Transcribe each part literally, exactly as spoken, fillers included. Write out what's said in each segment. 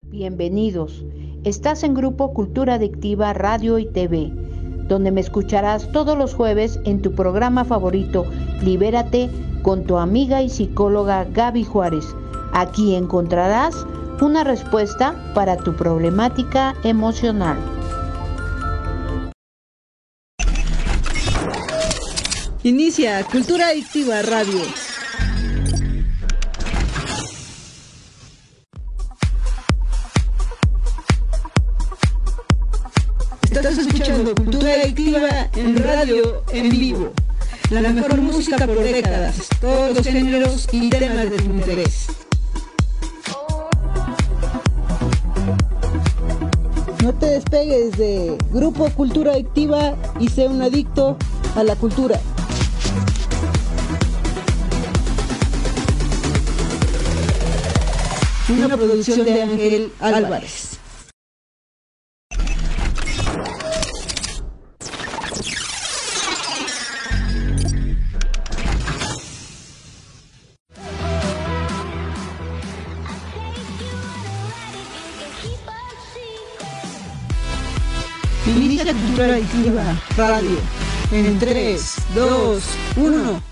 Bienvenidos. Estás en Grupo Cultura Adictiva Radio y T V, donde me escucharás todos los jueves en tu programa favorito, Libérate, con tu amiga y psicóloga Gaby Juárez. Aquí encontrarás una respuesta para tu problemática emocional. Inicia Cultura Adictiva Radio. Estás escuchando Cultura Adictiva en radio en vivo. La mejor música por décadas, todos los géneros y temas de tu interés. No te despegues de Grupo Cultura Adictiva y sé un adicto a la cultura. Una producción de Ángel Álvarez. Inicia Cultura Adictiva Radio en tres, dos, uno.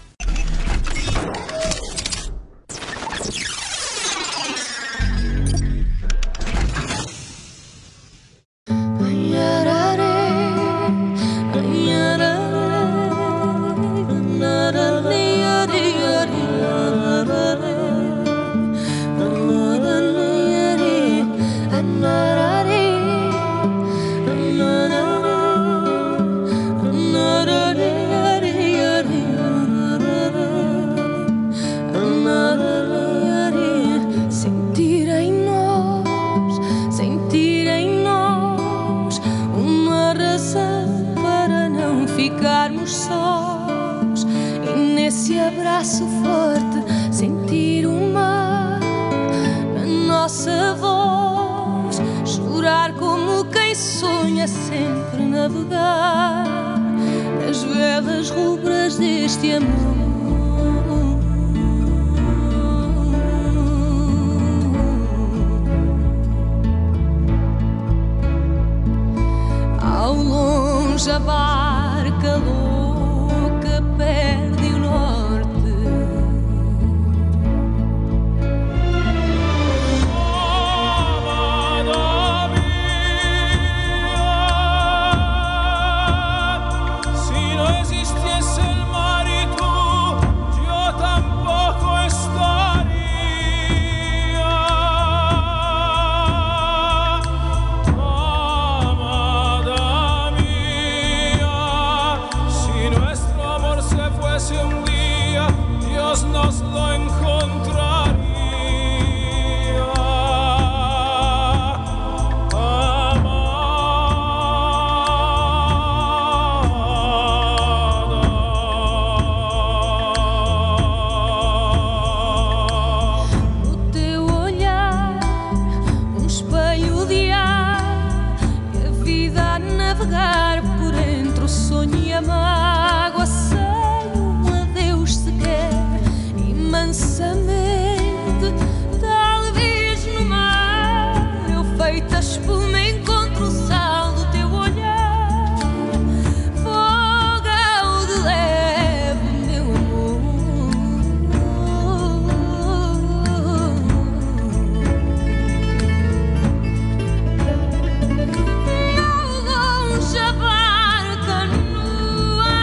Barca no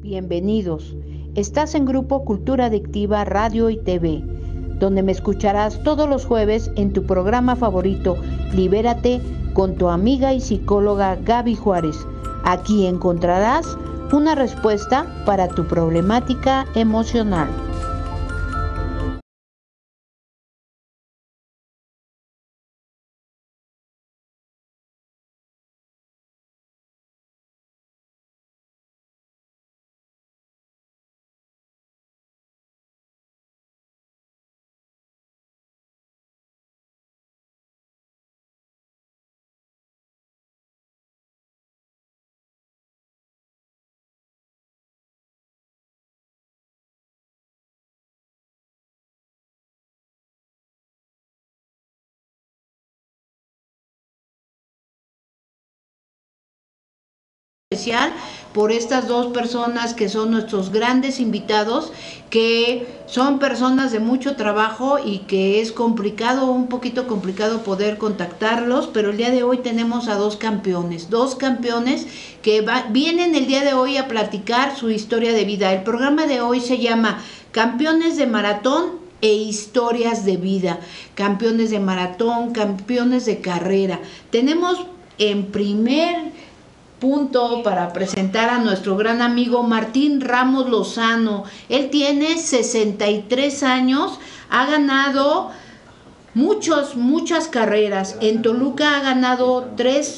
Bienvenidos. Estás en Grupo Cultura Adictiva Radio y T V, donde me escucharás todos los jueves en tu programa favorito, Libérate, con tu amiga y psicóloga Gaby Juárez. Aquí encontrarás una respuesta para tu problemática emocional. Especial por estas dos personas que son nuestros grandes invitados, que son personas de mucho trabajo y que es complicado, un poquito complicado poder contactarlos, pero el día de hoy tenemos a dos campeones, dos campeones que va, vienen el día de hoy a platicar su historia de vida. El programa de hoy se llama Campeones de Maratón e Historias de Vida. Campeones de maratón, campeones de carrera. Tenemos en primer punto para presentar a nuestro gran amigo Martín Ramos Lozano. Él tiene sesenta y tres años, ha ganado muchos, muchas carreras. En Toluca ha ganado tres,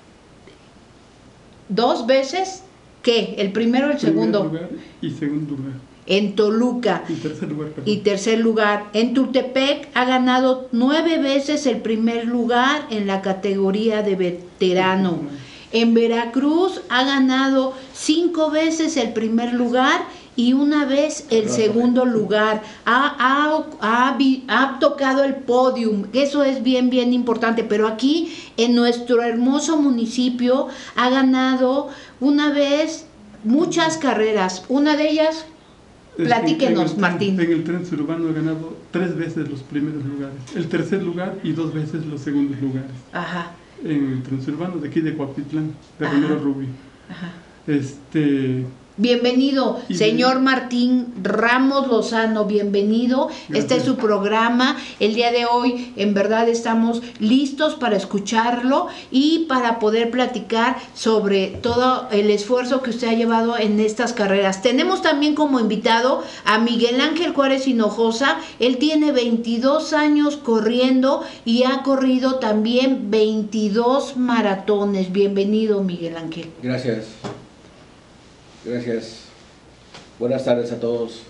dos veces, ¿qué? ¿El primero o el segundo? Primer lugar y segundo lugar. En Toluca. Y tercer lugar, perdón. Y tercer lugar. En Tultepec ha ganado nueve veces el primer lugar en la categoría de veterano. En Veracruz ha ganado cinco veces el primer lugar y una vez el segundo lugar. Ha, ha, ha, ha tocado el podium, eso es bien, bien importante. Pero aquí, en nuestro hermoso municipio, ha ganado una vez muchas carreras. Una de ellas, platíquenos, en el, Martín. En el tren suburbano ha ganado tres veces los primeros lugares, el tercer lugar y dos veces los segundos lugares. Ajá. En el transurbano de aquí de Cuautitlán, de Romero Rubio. Ajá. Este, bienvenido, señor de... Martín Ramos Lozano, bienvenido. Gracias. Este es su programa. El día de hoy, en verdad, estamos listos para escucharlo y para poder platicar sobre todo el esfuerzo que usted ha llevado en estas carreras. Tenemos también como invitado a Miguel Ángel Juárez Hinojosa. Él tiene veintidós años corriendo y ha corrido también veintidós maratones. Bienvenido, Miguel Ángel. Gracias. Gracias. Buenas tardes a todos.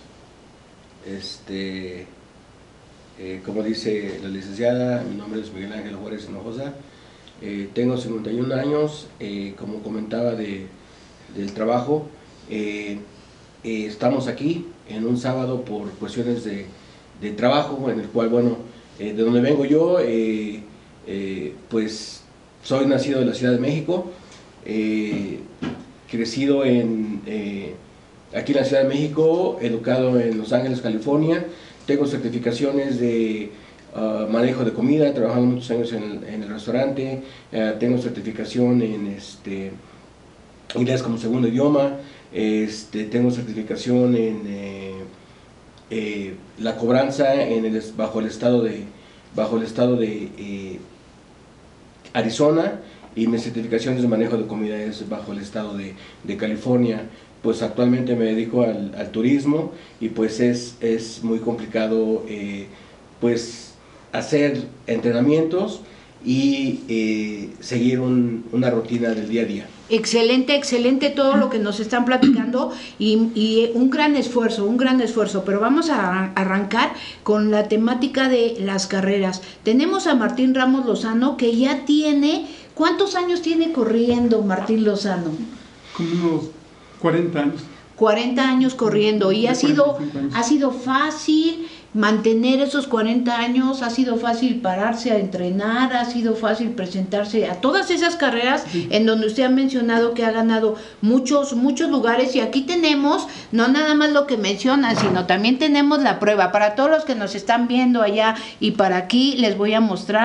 Este, eh, como dice la licenciada, mi nombre es Miguel Ángel Juárez Hinojosa. Eh, tengo cincuenta y un años. Eh, como comentaba de, del trabajo, eh, eh, estamos aquí en un sábado por cuestiones de, de trabajo, en el cual, bueno, eh, de donde vengo yo, eh, eh, pues soy nacido en la Ciudad de México. Eh, crecido en, eh, aquí en la Ciudad de México, educado en Los Ángeles, California. Tengo certificaciones de uh, manejo de comida, he trabajado muchos años en el, en el restaurante. Uh, tengo certificación en este, inglés como segundo idioma. Este, tengo certificación en eh, eh, la cobranza en el, bajo el estado de, bajo el estado de eh, Arizona. Y mis certificaciones de manejo de comida es bajo el estado de, de California. Pues actualmente me dedico al, al turismo y pues es, es muy complicado eh, pues hacer entrenamientos y eh, seguir un, una rutina del día a día. Excelente, excelente todo lo que nos están platicando y, y un gran esfuerzo, un gran esfuerzo, pero vamos a arrancar con la temática de las carreras. Tenemos a Martín Ramos Lozano, que ya tiene, ¿cuántos años tiene corriendo Martín Lozano? Como unos cuarenta años. cuarenta años corriendo y ha sido, ha sido fácil mantener esos cuarenta años, ha sido fácil pararse a entrenar, ha sido fácil presentarse a todas esas carreras sí. En donde usted ha mencionado que ha ganado muchos, muchos lugares, y aquí tenemos no nada más lo que menciona, sino también tenemos la prueba. Para todos los que nos están viendo allá y para aquí les voy a mostrar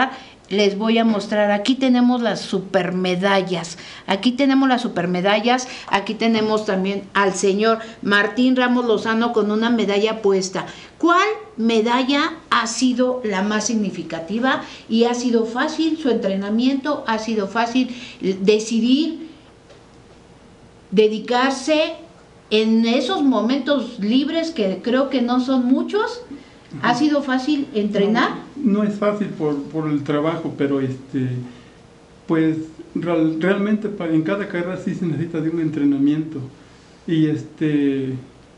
les voy a mostrar. Aquí tenemos las supermedallas. Aquí tenemos las supermedallas. Aquí tenemos también al señor Martín Ramos Lozano con una medalla puesta. ¿Cuál medalla ha sido la más significativa? Y ha sido fácil su entrenamiento, ha sido fácil decidir dedicarse en esos momentos libres, que creo que no son muchos. ¿Ha sido fácil entrenar? No, no es fácil por, por el trabajo, pero este, pues real, realmente para, en cada carrera sí se necesita de un entrenamiento y este,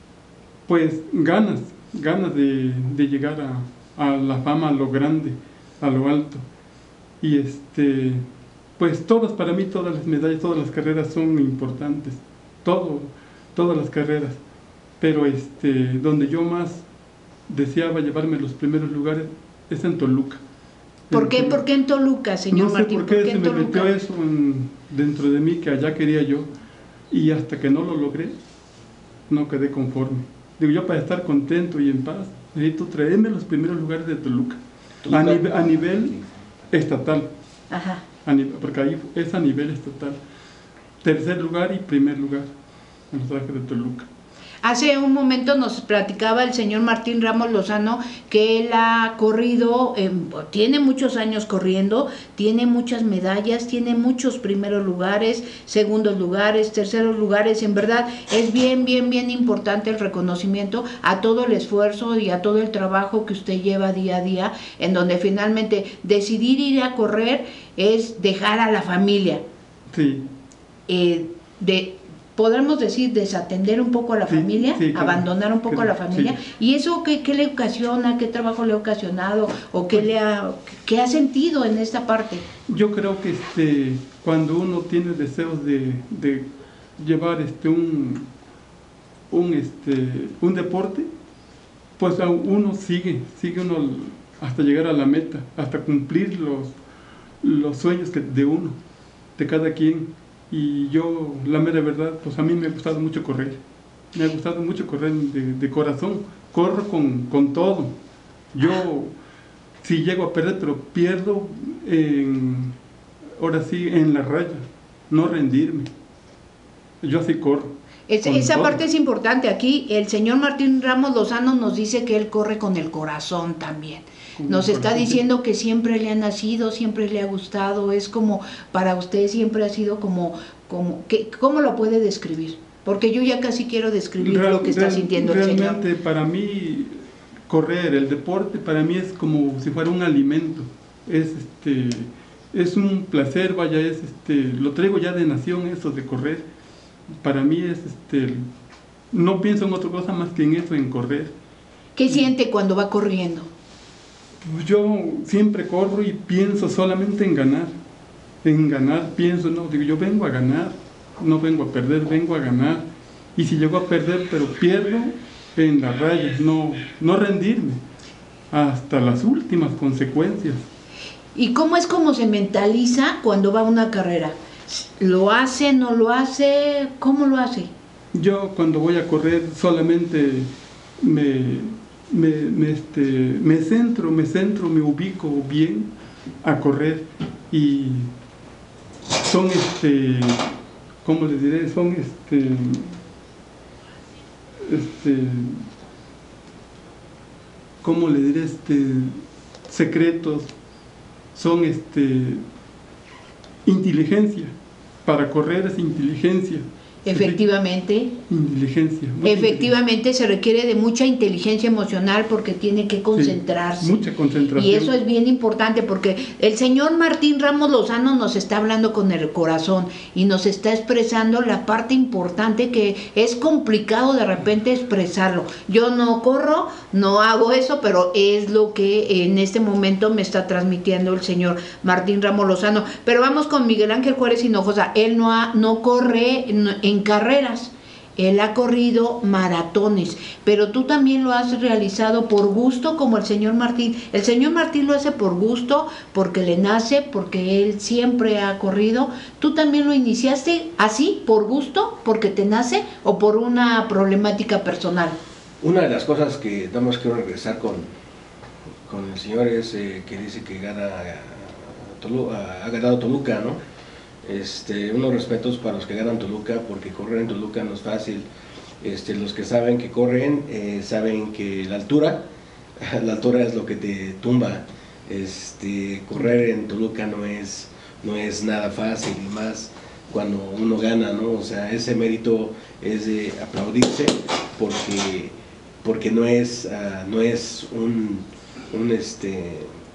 pues ganas, ganas de, de llegar a, a la fama, a lo grande, a lo alto. Y este, pues todas, para mí todas las medallas, todas las carreras son importantes, todo, todas las carreras, pero este, donde yo más deseaba llevarme los primeros lugares es en Toluca. ¿Por qué, ¿Por qué en Toluca, señor no sé Martín? por qué, ¿Por qué se en me Toluca? metió eso en, dentro de mí, que allá quería yo, y hasta que no lo logré, no quedé conforme. Digo, yo para estar contento y en paz, necesito traerme los primeros lugares de Toluca, Toluca. A, nive, a nivel estatal. Ajá. A nivel, porque ahí es a nivel estatal. Tercer lugar y primer lugar en los trajes de Toluca. Hace un momento nos platicaba el señor Martín Ramos Lozano que él ha corrido, eh, tiene muchos años corriendo, tiene muchas medallas, tiene muchos primeros lugares, segundos lugares, terceros lugares. En verdad es bien, bien, bien importante el reconocimiento a todo el esfuerzo y a todo el trabajo que usted lleva día a día, en donde finalmente decidir ir a correr es dejar a la familia. Sí. Eh, de podremos decir desatender un poco a la sí, familia, sí, claro, abandonar un poco claro, a la familia, sí. ¿Y eso qué, qué le ocasiona, qué trabajo le ha ocasionado o qué le ha, qué ha sentido en esta parte? Yo creo que este, cuando uno tiene deseos de, de llevar este un, un este un deporte, pues uno sigue, sigue uno hasta llegar a la meta, hasta cumplir los, los sueños que, de uno, de cada quien. Y yo, la mera verdad, pues a mí me ha gustado mucho correr, me ha gustado mucho correr de, de corazón, corro con, con todo. Yo, si llego a perder, pero pierdo, en, ahora sí, en la raya, no rendirme, yo así corro. Es, esa todo. parte es importante. Aquí el señor Martín Ramos Lozano nos dice que él corre con el corazón también. Nos está diciendo que siempre le ha nacido, siempre le ha gustado, es como, para usted siempre ha sido como, como que, ¿cómo lo puede describir? Porque yo ya casi quiero describir real, lo que está real, sintiendo el señor. Realmente para mí, correr, el deporte, para mí es como si fuera un alimento, es este, es un placer, vaya, es este, lo traigo ya de nación eso de correr, para mí es este, no pienso en otra cosa más que en eso, en correr. ¿Qué siente cuando va corriendo? Yo siempre corro y pienso solamente en ganar, en ganar pienso, no, digo, yo vengo a ganar, no vengo a perder, vengo a ganar, y si llego a perder, pero pierdo en la raya, no, no rendirme, hasta las últimas consecuencias. ¿Y cómo es como se mentaliza cuando va a una carrera? ¿Lo hace, no lo hace? ¿Cómo lo hace? Yo cuando voy a correr solamente me... Me, me, este, me centro, me centro, me ubico bien a correr y son, este, ¿cómo les diré? Son, este, este, ¿cómo le diré? Este, secretos, son, este, inteligencia, para correr es inteligencia. Efectivamente, inteligencia, efectivamente se requiere de mucha inteligencia emocional porque tiene que concentrarse. Sí, mucha concentración. Y eso es bien importante porque el señor Martín Ramos Lozano nos está hablando con el corazón y nos está expresando la parte importante que es complicado de repente expresarlo. Yo no corro, no hago eso, pero es lo que en este momento me está transmitiendo el señor Martín Ramos Lozano. Pero vamos con Miguel Ángel Juárez Hinojosa. Él no, ha, no corre en carreras, él ha corrido maratones, pero tú también lo has realizado por gusto como el señor Martín. El señor Martín lo hace por gusto, porque le nace, porque él siempre ha corrido. ¿Tú también lo iniciaste así, por gusto, porque te nace o por una problemática personal? Una de las cosas que damos que regresar con, con el señor es eh, que dice que gana Toluca, ha ganado Toluca, ¿no? Este, unos respetos para los que ganan Toluca, porque correr en Toluca no es fácil. Este, los que saben que corren, eh, saben que la altura, la altura es lo que te tumba. Este, correr en Toluca no es, no es nada fácil, y más cuando uno gana, ¿no? O sea, ese mérito es de aplaudirse, porque, porque no es, uh, no es un, un este,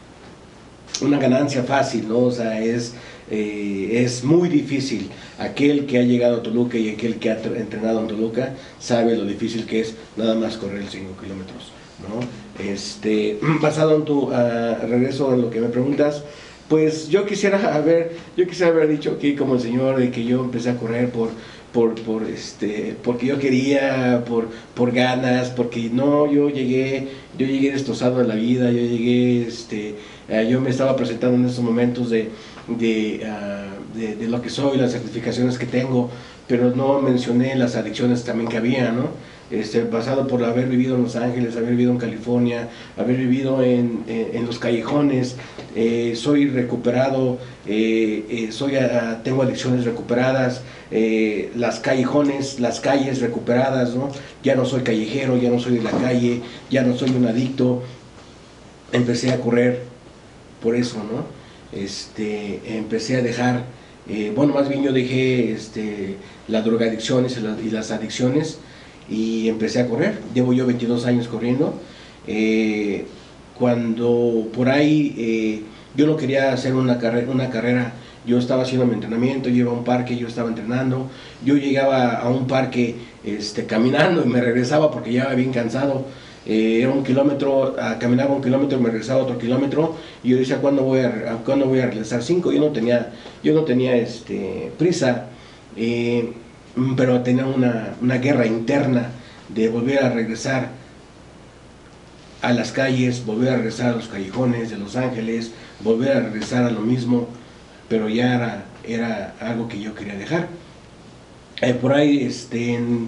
una ganancia fácil, ¿no? O sea, es, eh, es muy difícil. Aquel que ha llegado a Toluca y aquel que ha entrenado en Toluca sabe lo difícil que es nada más correr cinco kilómetros, ¿no? Este, basado en tu uh, regreso en lo que me preguntas, pues yo quisiera haber, yo quisiera haber dicho aquí como el señor de que yo empecé a correr por, por, por este, porque yo quería, por, por ganas, porque no, yo llegué, yo llegué destrozado en la vida, yo llegué, este, uh, yo me estaba presentando en esos momentos de, de, uh, de, de lo que soy, las certificaciones que tengo, pero no mencioné las adicciones también que había, ¿no? Este, basado por haber vivido en Los Ángeles, haber vivido en California, haber vivido en, en, en los callejones, eh, soy recuperado, eh, eh, soy a, tengo adicciones recuperadas, eh, las callejones, las calles recuperadas, ¿no? Ya no soy callejero, ya no soy de la calle, ya no soy un adicto. Empecé a correr por eso, ¿no? Este, empecé a dejar, eh, bueno, más bien yo dejé este, la drogadicción y, la, y las adicciones, y empecé a correr. Llevo yo veintidós años corriendo. Eh, cuando por ahí eh, yo no quería hacer una, carre una carrera, yo estaba haciendo mi entrenamiento, yo iba a un parque, yo estaba entrenando, yo llegaba a un parque este, caminando y me regresaba porque ya iba bien cansado. Eh, era un kilómetro, uh, caminaba un kilómetro y me regresaba otro kilómetro, y yo decía, ¿cuándo voy a, ¿cuándo voy a regresar? Cinco. Yo no tenía, yo no tenía este, prisa. Eh, pero tenía una, una guerra interna de volver a regresar a las calles, volver a regresar a los callejones de Los Ángeles, volver a regresar a lo mismo, pero ya era, era algo que yo quería dejar. Eh, por ahí, este, en,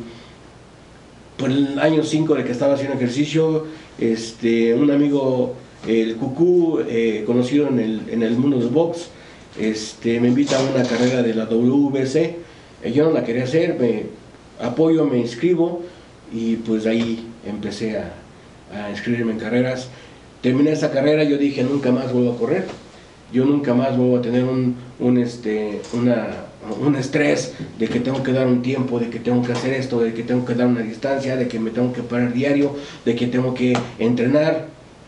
por el año cinco de que estaba haciendo ejercicio, este, un amigo, el Cucú, eh, conocido en el, en el mundo del box, este, me invita a una carrera de la W B C. Yo no la quería hacer, me apoyo, me inscribo, y pues ahí empecé a, a inscribirme en carreras. Terminé esa carrera, yo dije, nunca más vuelvo a correr, yo nunca más vuelvo a tener un, un, este, una, un estrés de que tengo que dar un tiempo, de que tengo que hacer esto, de que tengo que dar una distancia, de que me tengo que parar diario, de que tengo que entrenar.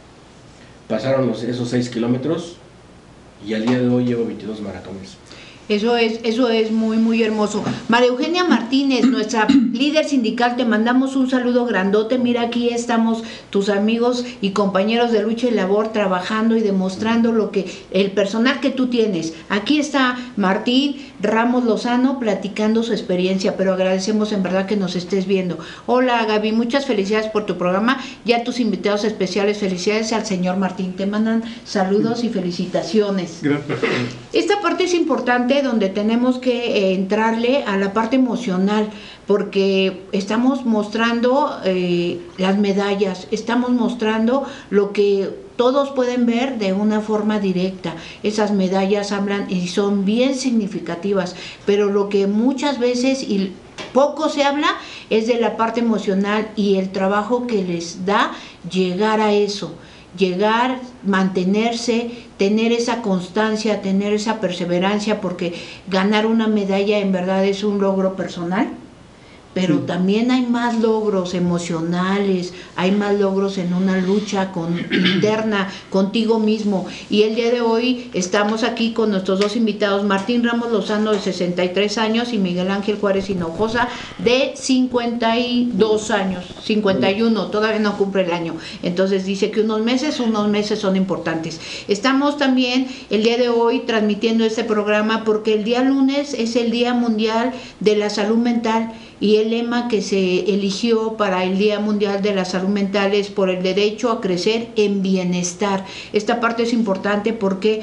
Pasaron los, esos seis kilómetros y al día de hoy llevo veintidós maratones. Eso es, eso es muy, muy hermoso. María Eugenia Martínez, nuestra líder sindical, te mandamos un saludo grandote. Mira, aquí estamos tus amigos y compañeros de lucha y labor trabajando y demostrando lo que el personal que tú tienes. Aquí está Martín Ramos Lozano platicando su experiencia, pero agradecemos en verdad que nos estés viendo. Hola Gaby, muchas felicidades por tu programa. Ya tus invitados especiales, felicidades al señor Martín. Te mandan saludos y felicitaciones. Gracias. Esta parte es importante, donde tenemos que eh, entrarle a la parte emocional, porque estamos mostrando eh, las medallas, estamos mostrando lo que todos pueden ver de una forma directa. Esas medallas hablan y son bien significativas, pero lo que muchas veces y poco se habla es de la parte emocional y el trabajo que les da llegar a eso. Llegar, mantenerse, tener esa constancia, tener esa perseverancia, porque ganar una medalla en verdad es un logro personal, pero sí, también hay más logros emocionales, hay más logros en una lucha con, interna contigo mismo. Y el día de hoy estamos aquí con nuestros dos invitados, Martín Ramos Lozano de sesenta y tres años y Miguel Ángel Juárez Hinojosa de cincuenta y dos años, cincuenta y uno, todavía no cumple el año. Entonces dice que unos meses, unos meses son importantes. Estamos también el día de hoy transmitiendo este programa porque el día lunes es el Día Mundial de la Salud Mental, y el lema que se eligió para el Día Mundial de la Salud Mental es por el derecho a crecer en bienestar. Esta parte es importante porque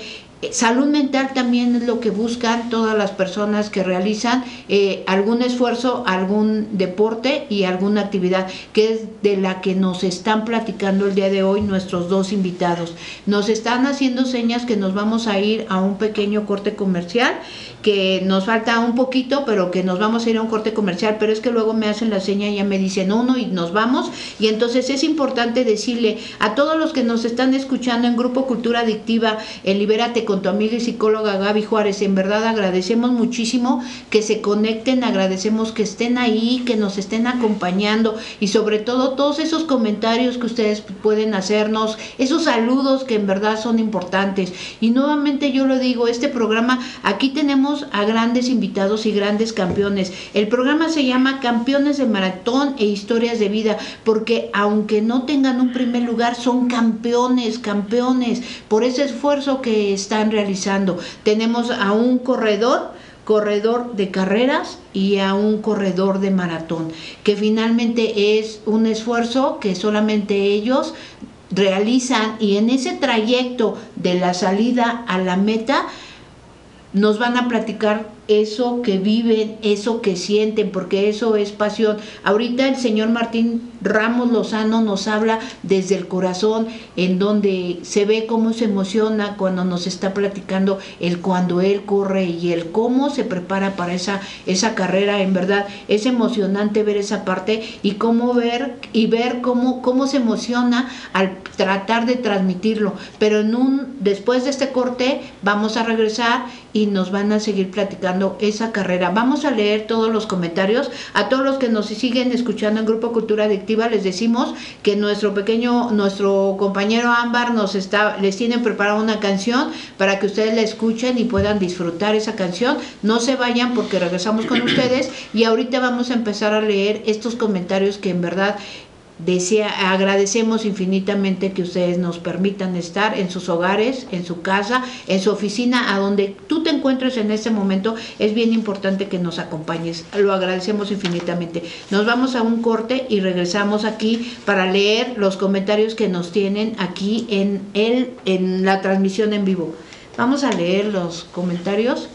Salud mental también es lo que buscan todas las personas que realizan eh, algún esfuerzo, algún deporte y alguna actividad, que es de la que nos están platicando el día de hoy nuestros dos invitados. Nos están haciendo señas que nos vamos a ir a un pequeño corte comercial, que nos falta un poquito, pero que nos vamos a ir a un corte comercial, pero es que luego me hacen la seña y ya me dicen uno y nos vamos, y entonces es importante decirle a todos los que nos están escuchando en Grupo Cultura Adictiva, en Libérate con tu amiga y psicóloga Gaby Juárez, en verdad agradecemos muchísimo que se conecten, agradecemos que estén ahí, que nos estén acompañando, y sobre todo todos esos comentarios que ustedes pueden hacernos, esos saludos que en verdad son importantes. Y nuevamente yo lo digo, este programa, aquí tenemos a grandes invitados y grandes campeones. El programa se llama Campeones de Maratón e Historias de Vida, porque aunque no tengan un primer lugar, son campeones, campeones, por ese esfuerzo que están realizando. Tenemos a un corredor, corredor de carreras y a un corredor de maratón, que finalmente es un esfuerzo que solamente ellos realizan, y en ese trayecto de la salida a la meta nos van a platicar eso que viven, eso que sienten, porque eso es pasión. Ahorita el señor Martín Ramos Lozano nos habla desde el corazón, en donde se ve cómo se emociona cuando nos está platicando el cuando él corre y el cómo se prepara para esa, esa carrera. En verdad es emocionante ver esa parte y cómo ver y ver cómo, cómo se emociona al tratar de transmitirlo. Pero en un después de este corte vamos a regresar y nos van a seguir platicando esa carrera. Vamos a leer todos los comentarios. A todos los que nos siguen escuchando en Grupo Cultura Adictiva, les decimos que nuestro pequeño, nuestro compañero Ámbar nos está, les tienen preparada una canción para que ustedes la escuchen y puedan disfrutar esa canción. No se vayan porque regresamos con ustedes, y ahorita vamos a empezar a leer estos comentarios que en verdad Desea, agradecemos infinitamente que ustedes nos permitan estar en sus hogares, en su casa, en su oficina, a donde tú te encuentres en este momento. Es bien importante que nos acompañes, lo agradecemos infinitamente. Nos vamos a un corte y regresamos aquí para leer los comentarios que nos tienen aquí en, el, en la transmisión en vivo. Vamos a leer los comentarios.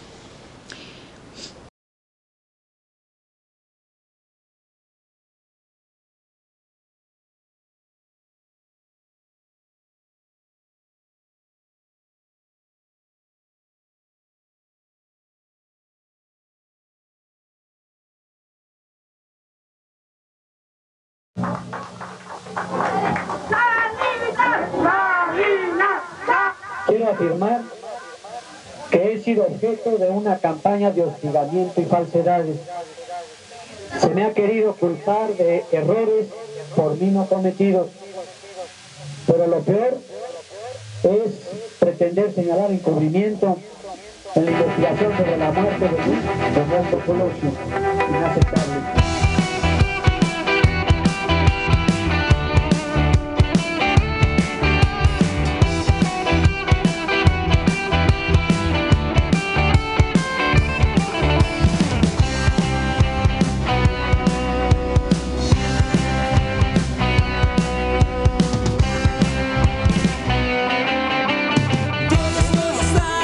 Quiero afirmar que he sido objeto de una campaña de hostigamiento y falsedades. Se me ha querido culpar de errores por mí no cometidos, pero lo peor es pretender señalar encubrimiento en la investigación sobre la muerte de Luis Roberto Colosio. Inaceptable. Todos nos alarma esta situación.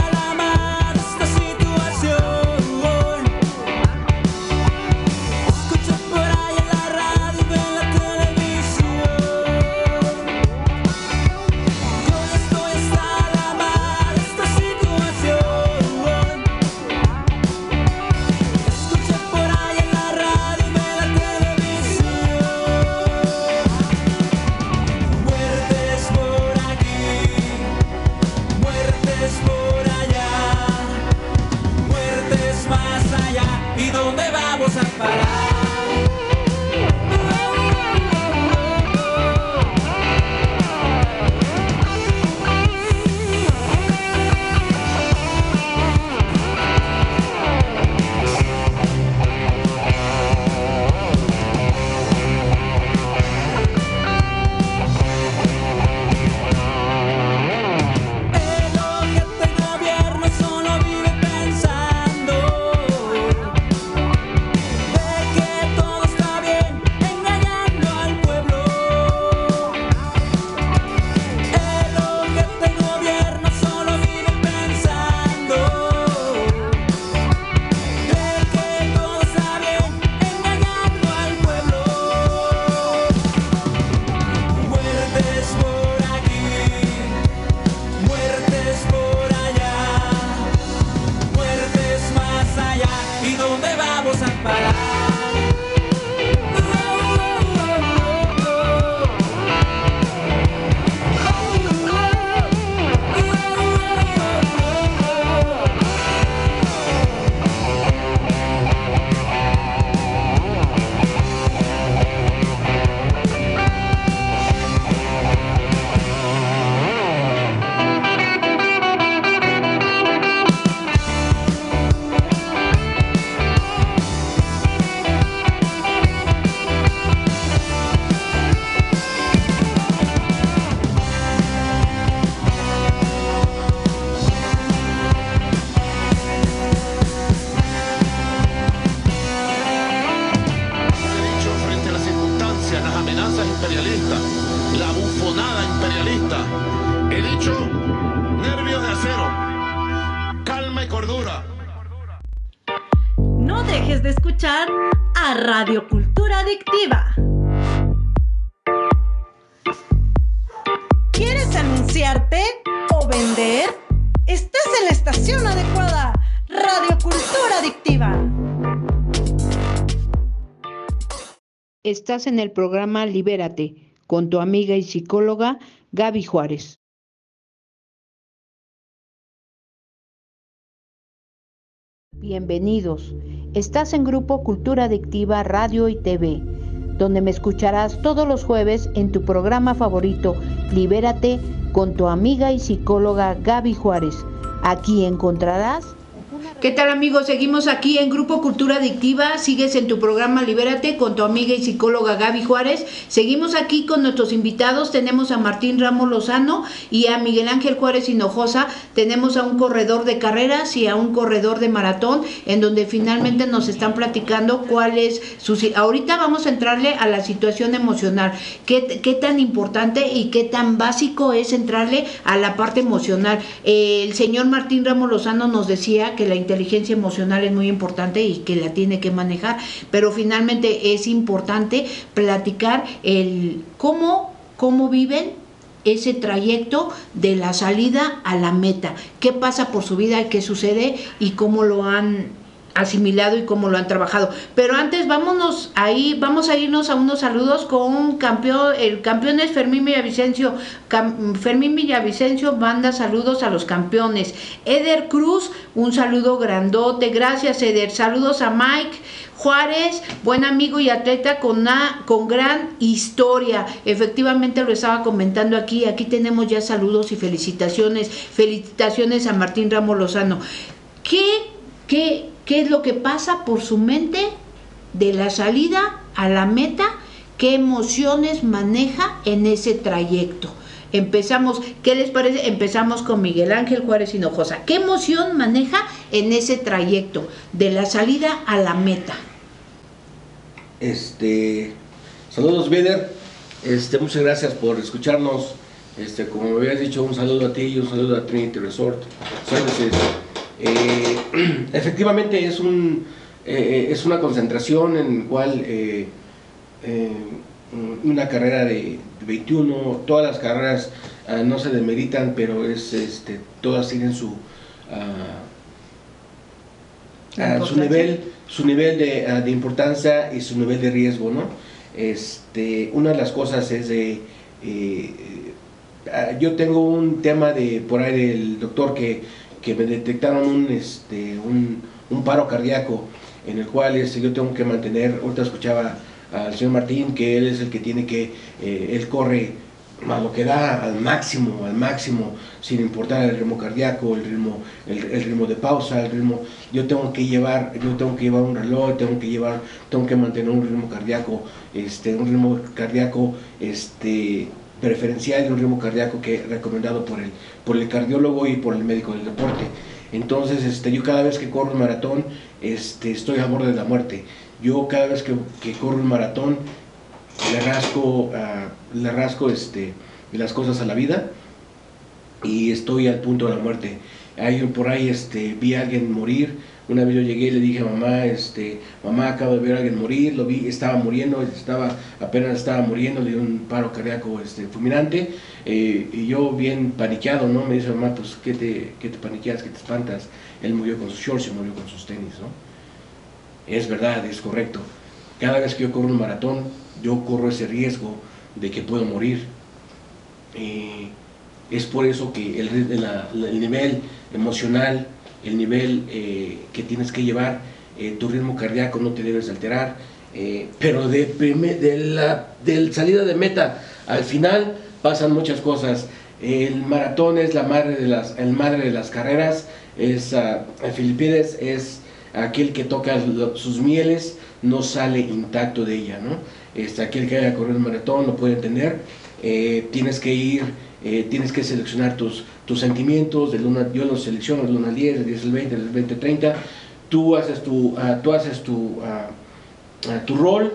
amenazas imperialistas, la bufonada imperialista. He dicho nervios de acero, calma y cordura. No dejes de escuchar a Radio Cultura Adictiva. ¿Quieres anunciarte o vender? Estás en la estación adecuada. Radio Cultura Adictiva. Estás en el programa Libérate con tu amiga y psicóloga Gaby Juárez. Bienvenidos. Estás en Grupo Cultura Adictiva Radio y T V, donde me escucharás todos los jueves en tu programa favorito Libérate con tu amiga y psicóloga Gaby Juárez. Aquí encontrarás... ¿Qué tal, amigos? Seguimos aquí en Grupo Cultura Adictiva. Sigues en tu programa Libérate con tu amiga y psicóloga Gaby Juárez. Seguimos aquí con nuestros invitados. Tenemos a Martín Ramos Lozano y a Miguel Ángel Juárez Hinojosa. Tenemos a un corredor de carreras y a un corredor de maratón, en donde finalmente nos están platicando cuál es su... Ahorita vamos a entrarle a la situación emocional. ¿Qué, qué tan importante y qué tan básico es entrarle a la parte emocional? Eh, el señor Martín Ramos Lozano nos decía que la inteligencia emocional es muy importante y que la tiene que manejar, pero finalmente es importante platicar el cómo, cómo viven ese trayecto de la salida a la meta, qué pasa por su vida, qué sucede y cómo lo han asimilado y cómo lo han trabajado. Pero antes vámonos ahí, vamos a irnos a unos saludos con un campeón. El campeón es Fermín Villavicencio. Cam, Fermín Villavicencio manda saludos a los campeones. Eder Cruz, un saludo grandote. Gracias, Eder. Saludos a Mike Juárez, buen amigo y atleta con, una, con gran historia. Efectivamente lo estaba comentando aquí. Aquí tenemos ya saludos y felicitaciones. Felicitaciones a Martín Ramos Lozano. ¿Qué, qué ¿Qué es lo que pasa por su mente de la salida a la meta? ¿Qué emociones maneja en ese trayecto? Empezamos, ¿qué les parece? Empezamos con Miguel Ángel Juárez Hinojosa. ¿Qué emoción maneja en ese trayecto de la salida a la meta? Este, saludos, Beder. Este, muchas gracias por escucharnos. Este, como me habías dicho, un saludo a ti y un saludo a Trinity Resort Services. Eh, efectivamente es un eh, es una concentración en la cual eh, eh, una carrera de veintiuno, todas las carreras uh, no se demeritan, pero es este todas tienen su uh, uh, su nivel su nivel de, uh, de importancia y su nivel de riesgo, ¿no? Este, una de las cosas es de eh, uh, yo tengo un tema de por ahí del doctor que que me detectaron un, este, un, un paro cardíaco en el cual este, yo tengo que mantener. Ahorita escuchaba al señor Martín que él es el que tiene que, eh, él corre a lo que da, al máximo, al máximo, sin importar el ritmo cardíaco, el ritmo, el, el ritmo de pausa, el ritmo. Yo tengo que llevar, yo tengo que llevar un reloj, tengo que llevar, tengo que mantener un ritmo cardíaco, este, un ritmo cardíaco, este, preferencial y un ritmo cardíaco que recomendado por el, por el cardiólogo y por el médico del deporte. Entonces este, yo cada vez que corro un maratón este, estoy al borde de la muerte. Yo cada vez que, que corro un maratón le rasco, uh, le rasco este, las cosas a la vida y estoy al punto de la muerte. Hay, por ahí este, vi a alguien morir. Una vez yo llegué y le dije a mamá, este, mamá, acabo de ver a alguien morir, lo vi, estaba muriendo, estaba, apenas estaba muriendo, le dio un paro cardíaco este, fulminante, eh, y yo bien paniqueado, ¿no? Me dice mamá, pues, ¿qué te, qué te paniqueas, qué te espantas? Él murió con sus shorts y murió con sus tenis, ¿no? Es verdad, es correcto. Cada vez que yo corro un maratón, yo corro ese riesgo de que puedo morir. Eh, es por eso que el, la, el nivel emocional, el nivel eh, que tienes que llevar, eh, tu ritmo cardíaco no te debes alterar, eh, pero de, de la del salida de meta al final pasan muchas cosas. El maratón es la madre de las, el madre de las carreras, es uh, Filipides es aquel que toca sus mieles, no sale intacto de ella, ¿no? Este, aquel que haya corrido el maratón lo puede entender. Eh, tienes que ir, eh, tienes que seleccionar tus, tus sentimientos, del uno, yo los selecciono del uno al diez, del diez al veinte, del veinte al treinta, tú haces tu, uh, tú haces tu, uh, uh, tu rol,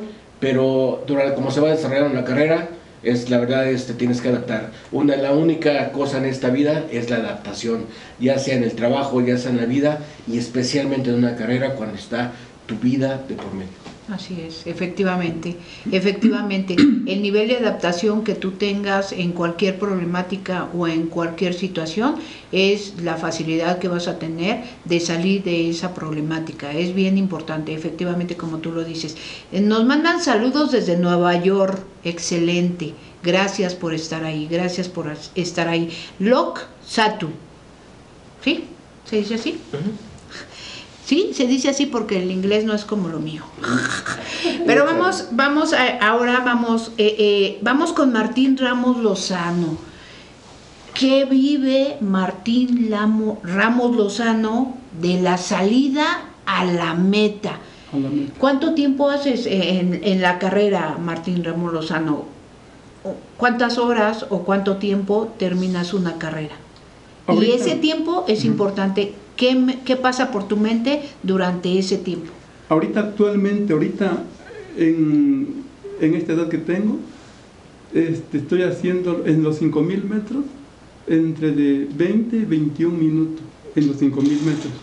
pero durante como se va desarrollando la carrera, es la verdad es te tienes que adaptar. Una, la única cosa en esta vida es la adaptación, ya sea en el trabajo, ya sea en la vida, y especialmente en una carrera cuando está tu vida de por medio. Así es, efectivamente, efectivamente, el nivel de adaptación que tú tengas en cualquier problemática o en cualquier situación es la facilidad que vas a tener de salir de esa problemática, es bien importante, efectivamente, como tú lo dices. Nos mandan saludos desde Nueva York, excelente, gracias por estar ahí, gracias por estar ahí. Lok Satu, ¿sí? ¿Se dice así? Uh-huh. Sí, se dice así porque el inglés no es como lo mío. Pero vamos, vamos a, ahora vamos, eh, eh, vamos con Martín Ramos Lozano. ¿Qué vive Martín Lamo, Ramos Lozano de la salida a la meta? A la meta. ¿Cuánto tiempo haces en, en la carrera, Martín Ramos Lozano? ¿Cuántas horas o cuánto tiempo terminas una carrera? Ahorita, y ese tiempo es uh-huh. importante. ¿Qué, ¿Qué pasa por tu mente durante ese tiempo? Ahorita actualmente, ahorita en, en esta edad que tengo, este, estoy haciendo en los cinco mil metros entre de veinte y veintiún minutos en los cinco mil metros.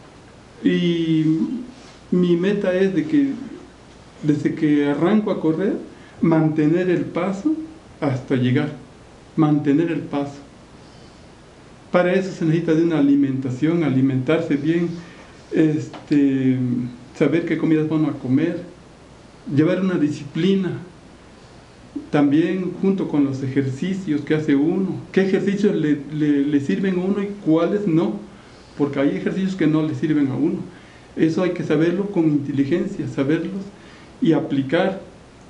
Y mi meta es de que desde que arranco a correr, mantener el paso hasta llegar, mantener el paso. Para eso se necesita de una alimentación, alimentarse bien, este, saber qué comidas van a comer, llevar una disciplina, también junto con los ejercicios que hace uno, qué ejercicios le, le, le sirven a uno y cuáles no, porque hay ejercicios que no le sirven a uno. Eso hay que saberlo con inteligencia, saberlos y aplicar,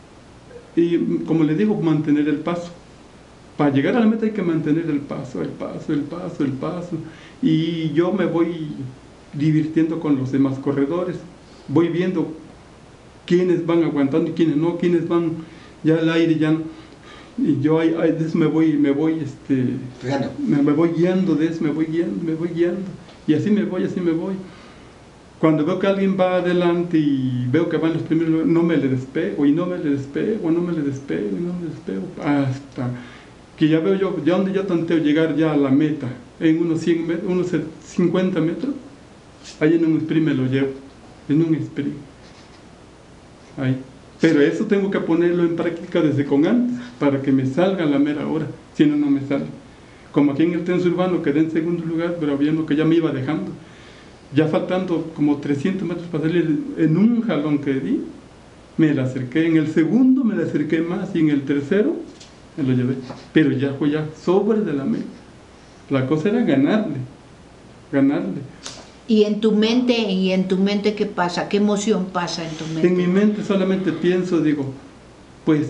y como le digo, mantener el paso. Para llegar a la meta hay que mantener el paso, el paso, el paso, el paso. Y yo me voy divirtiendo con los demás corredores. Voy viendo quiénes van aguantando y quiénes no, quiénes van ya al aire, ya no. Y yo ahí, ahí de eso me voy, me voy, este, me, me voy guiando de eso, me voy guiando, me voy guiando. Y así me voy, así me voy. Cuando veo que alguien va adelante y veo que van los primeros, no me le despego, y no me le despego, no me le despego, y no me le despego, hasta que ya veo yo, ya donde yo tanteo llegar ya a la meta, en unos cien metros, unos cincuenta metros, ahí en un sprint me lo llevo, en un sprint, ahí. Pero eso tengo que ponerlo en práctica desde con antes, para que me salga a la mera hora, si no, no me sale. Como aquí en el transurbano quedé en segundo lugar, pero viendo que ya me iba dejando, ya faltando como trescientos metros para salir, en un jalón que di, me la acerqué, en el segundo me la acerqué más, y en el tercero, me lo llevé, pero ya fue ya sobre de la meta. La cosa era ganarle, ganarle. ¿Y en tu mente, y en tu mente qué pasa? ¿Qué emoción pasa en tu mente? En mi mente solamente pienso, digo, pues,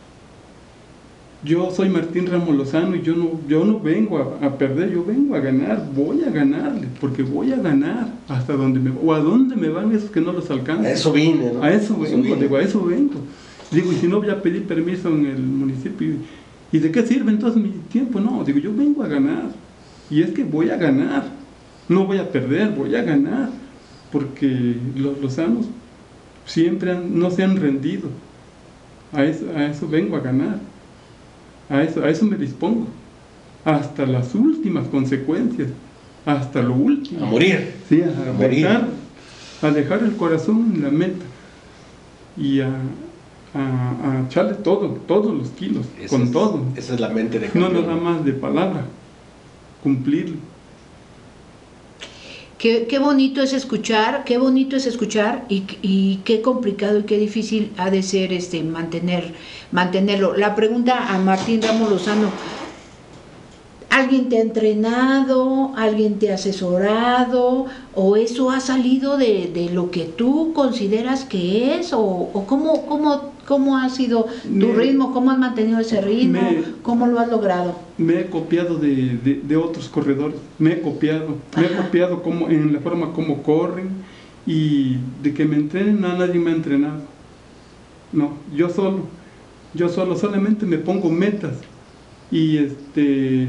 yo soy Martín Ramos Lozano y yo no, yo no vengo a, a perder, yo vengo a ganar, voy a ganarle, porque voy a ganar hasta donde me, o a dónde me van esos que no los alcanzan. A eso vine, ¿no? A eso vengo, eso vine. digo, a eso vengo. Digo, y si no voy a pedir permiso en el municipio, ¿y de qué sirve entonces mi tiempo? No, digo, yo vengo a ganar, y es que voy a ganar, no voy a perder, voy a ganar, porque los lozanos siempre han, no se han rendido, a eso, a eso vengo a ganar, a eso, a eso me dispongo, hasta las últimas consecuencias, hasta lo último. A morir. Sí, a, a, morir. Dejar, a dejar el corazón en la meta, y a... A, a echarle todo, todos los kilos, esa con es, todo. Esa es la mente de campeón. No nada más de palabra, cumplirlo. Qué, qué bonito es escuchar, qué bonito es escuchar y, y qué complicado y qué difícil ha de ser este mantener, mantenerlo. La pregunta a Martín Ramos Lozano, ¿alguien te ha entrenado? ¿Alguien te ha asesorado? ¿O eso ha salido de, de lo que tú consideras que es? ¿O, o cómo, cómo, cómo ha sido tu me, ritmo? ¿Cómo has mantenido ese ritmo? Me, ¿Cómo lo has logrado? Me he copiado de, de, de otros corredores, me he copiado. Ajá. Me he copiado como, en la forma como corren, y de que me entrenen, a nadie me ha entrenado. No, yo solo, yo solo, solamente me pongo metas. Y este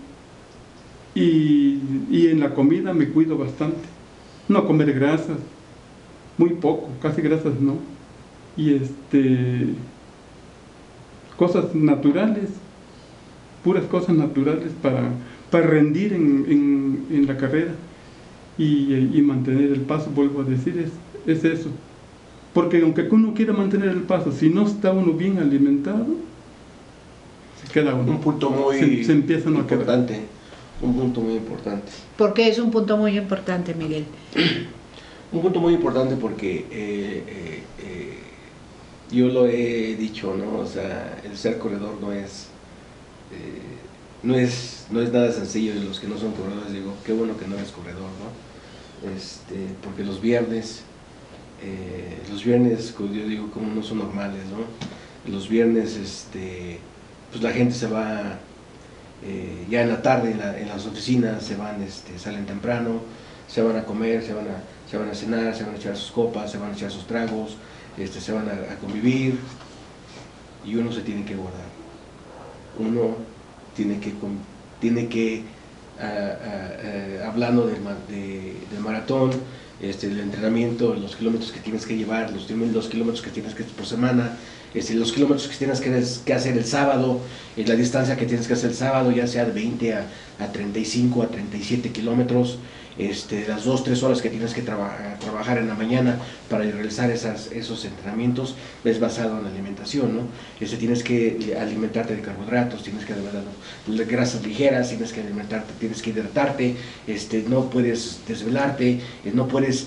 y, y en la comida me cuido bastante, no comer grasas, muy poco, casi grasas no, y este cosas naturales, puras cosas naturales para, para rendir en, en, en la carrera y, y mantener el paso, vuelvo a decir, es, es eso. Porque aunque uno quiera mantener el paso, si no está uno bien alimentado, se queda uno. Un punto muy se, se empieza uno importante, a quedar. un punto muy importante. ¿Por qué es un punto muy importante, Miguel? Un punto muy importante porque eh, eh, eh, yo lo he dicho, ¿no? O sea, el ser corredor no es, eh, no es, no es nada sencillo. Y los que no son corredores digo, qué bueno que no eres corredor, ¿no? Este, porque los viernes, eh, los viernes, yo digo, como no son normales, ¿no? Los viernes, este, pues la gente se va eh, ya en la tarde en, la, en las oficinas, se van, este, salen temprano, se van a comer, se van a, se van a cenar, se van a echar sus copas, se van a echar sus tragos, este, se van a, a convivir, y uno se tiene que guardar. Uno tiene que, tiene que uh, uh, uh, hablando del de, de maratón, este, el entrenamiento, los kilómetros que tienes que llevar, los, los kilómetros que tienes que por semana, este, los kilómetros que tienes que, que hacer el sábado, eh, la distancia que tienes que hacer el sábado, ya sea de veinte a, a treinta y cinco, a treinta y siete kilómetros, este, las dos, tres horas que tienes que traba, trabajar en la mañana para realizar esas, esos entrenamientos, es basado en la alimentación, ¿no? Este, tienes que alimentarte de carbohidratos, tienes que alimentarte de grasas ligeras, tienes que alimentarte, tienes que hidratarte, este, no puedes desvelarte, eh, no puedes